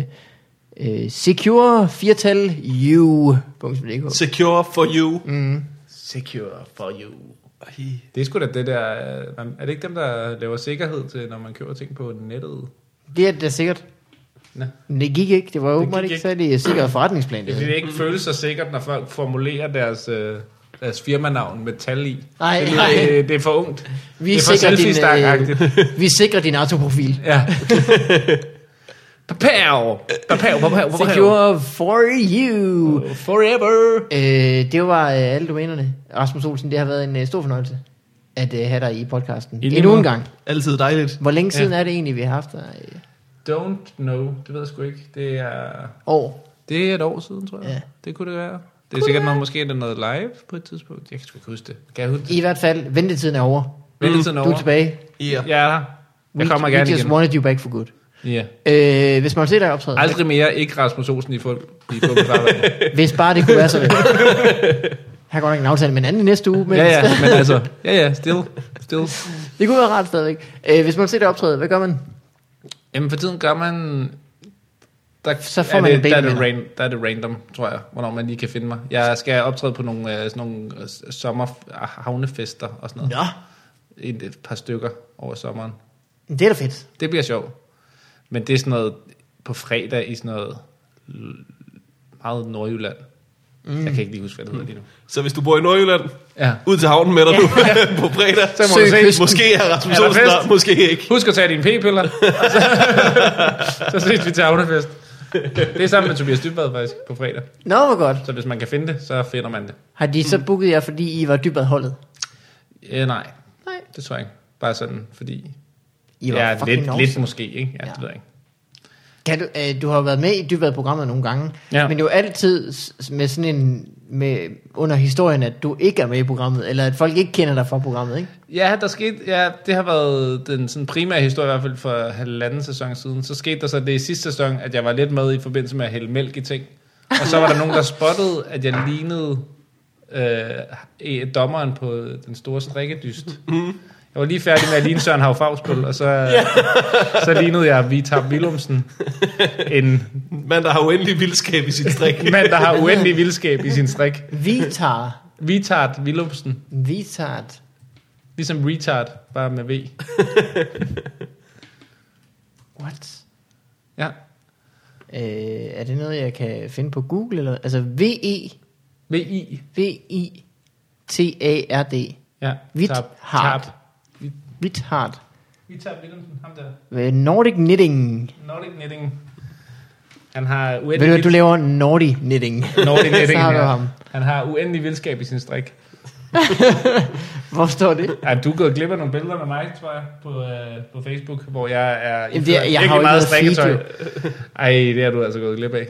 A: Secure 4tal-you.dk.
B: Secure for you.
C: Secure for you. Det er sgu da det der... Er det ikke dem, der laver sikkerhed til, når man køber ting på nettet?
A: Det er det sikkert.
C: Nå.
A: Men det gik ikke. Det var åbenbart ikke særlig sikkert forretningsplan.
C: Det ikke føles så sikkert, når folk formulerer deres firmanavn med tal i.
A: Nej.
C: Det er for ungt. Det er for selfie-stak-agtigt.
A: Vi sikrer din autoprofil.
C: Ja. Papav.
A: Secure for you.
C: Forever.
A: Det var alle domænerne. Rasmus Olsen, det har været en stor fornøjelse at have dig i podcasten. Endnu en gang.
B: Altid dejligt.
A: Hvor længe siden er det egentlig, vi har haft dig?
C: Don't know. Det ved jeg sgu ikke. Det er...
A: År.
C: Det er et år siden, tror jeg. Ja. Det kunne det være. Det er sikkert noget, måske er der noget live på et tidspunkt. Jeg kan sgu ikke huske det. Kan jeg huske det?
A: I hvert fald, ventetiden er over.
C: Ventetiden er
A: over. Du er tilbage.
B: Ja.
C: Jeg kommer gerne igen.
A: We just wanted you back for good.
C: Ja.
A: Hvis man vil se dig optræde.
C: Aldrig mere, ikke Rasmus Olsen i fodboldfarvandet.
A: Hvis bare det kunne være så vel. Her går der ikke en aftale med en anden i næste uge. Men
C: ja, men altså, still.
A: Det kunne være rart stadigvæk. Hvis man vil se dig optræde, hvad gør man?
C: Jamen for tiden gør man...
A: Så får man en
C: der er det random, tror jeg, hvornår man lige kan finde mig. Jeg skal optræde på nogle sommerhavnefester og sådan noget.
A: Ja.
C: Et par stykker over sommeren.
A: Det er da fedt.
C: Det bliver sjovt. Men det er sådan noget på fredag i sådan noget meget Nordjylland. Jeg kan ikke lige huske, hvad det hedder lige nu.
B: Så hvis du bor i Nordjylland, ud til havnen med dig du på fredag,
C: så må du se.
B: Måske er Rasmus Olsen der, måske ikke.
C: Husk at tage dine p-piller. Så ses vi til havnefest. Det er sammen med Tobias Dybvad faktisk på fredag.
A: Nå, hvor godt.
C: Så hvis man kan finde det, så finder man det.
A: Har de så booket jer, fordi I var Dybvad-holdet?
C: Nej, det tror jeg ikke. Bare sådan, fordi...
A: I var
C: lidt måske, ikke? Ja, det ved jeg ikke.
A: Du har været med i Dybvad-programmet nogle gange, men jo altid med sådan en under historien, at du ikke er med i programmet, eller at folk ikke kender dig fra programmet, ikke?
C: Ja, det har været den sådan primære historie, i hvert fald for halvanden sæson siden. Så skete der så det i sidste sæson, at jeg var lidt med i forbindelse med at hælde mælk i ting. Og så var der nogen, der spottede, at jeg lignede dommeren på Den Store Strikkedyst. Jeg var lige færdig med at ligne Søren Hauch Fausbøll, og så lignede jeg Vitar Willumsen. En
B: mand, der har uendelig vildskab i sin strik.
C: Mand, der har uendelig vildskab i sin strik.
A: Vitar
C: Willumsen.
A: Vitart.
C: Ligesom retard, bare med V.
A: What?
C: Ja.
A: Er det noget, jeg kan finde på Google? Eller? Altså V-I. T-A-R-D.
C: Ja.
A: Vithard. Vithard.
C: Vithard Wilhelmsen, ham der.
A: Nordic Knitting.
C: Nordic Knitting. Han har
A: Ved du, at du laver Nordic Knitting?
C: Nordic Knitting,
A: så har du
C: ja.
A: ham.
C: Han har uendelig vildskab i sin strik.
A: Hvor står det?
C: Ja, du er gået glip af nogle billeder med mig, tror jeg, på Facebook, hvor jeg er i
A: virkelig meget strikketøj.
C: Ej, det har du altså gået glip af.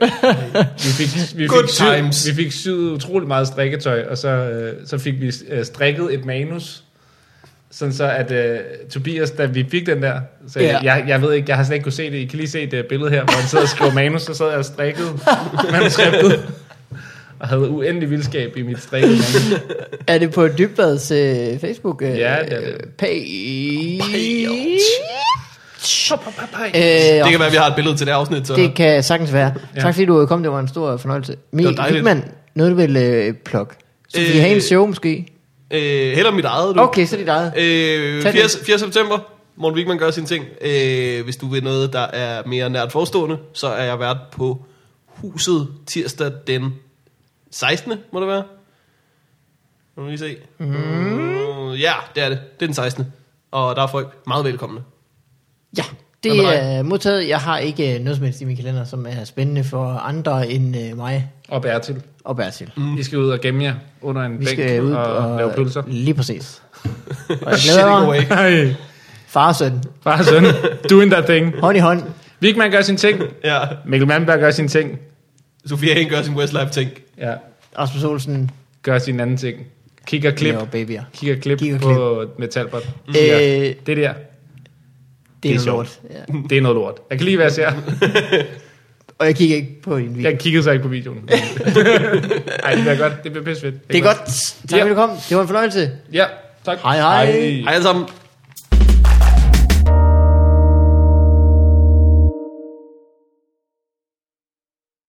C: Vi fik syet utrolig meget strikketøj, og så fik vi strikket et manus, sådan så at Tobias, da vi fik den der, så jeg ved ikke, jeg har slet ikke kunne se det. I kan lige se det billede her, hvor han sidder og skriver manus, så sad jeg og strikkede manuskriptet. Og havde uendelig vildskab i mit strikke.
A: Er det på Dybvads Facebook?
C: Ja, det er det.
A: Page.
B: Det kan være, at vi har et billede til det afsnit. Så.
A: Det kan sagtens være. Ja. Tak fordi du kom, det var en stor fornøjelse. Vigman, noget du vil plukke? Sofie Hagens show måske?
B: Heller mit eget, du.
A: Okay, så dit eget.
B: 4. september. Morten Wigman gør sine ting. Hvis du vil noget, der er mere nært forestående, så er jeg vært på Huset tirsdag den 16. må det være? Må du lige se. Ja, det er det. Det er den 16. Og der er folk meget velkomne.
A: Ja, det er modtaget. Jeg har ikke noget som helst i min kalender, som er spændende for andre end mig.
C: Og Bertil.
A: I
C: skal ud og gemme jer under en bænk og lave pølser.
A: Lige præcis. Og jeg glæder mig. Far og søn.
C: Doing that thing.
A: Hånd i hånd.
C: Wigman gør sin ting.
B: Ja.
C: Mikkel Malmberg gør sin ting.
B: Sofie Hagen gør sin Westlife ting.
C: Ja.
A: Rasmus Olsen
C: gør sin anden ting. Kigger klip på Metalbot.
A: Det
C: der.
A: Det er noget lort.
C: Ja. Det er noget lort. Jeg kan lige være jeg
A: og jeg kigger ikke på en video.
C: Jeg kiggede så ikke på videoen. Ej, det bliver godt. Det bliver pisse fedt.
A: Det er godt. Tak fordi du kom. Det var en fornøjelse.
C: Ja, tak.
A: Hej.
B: Hej alle sammen.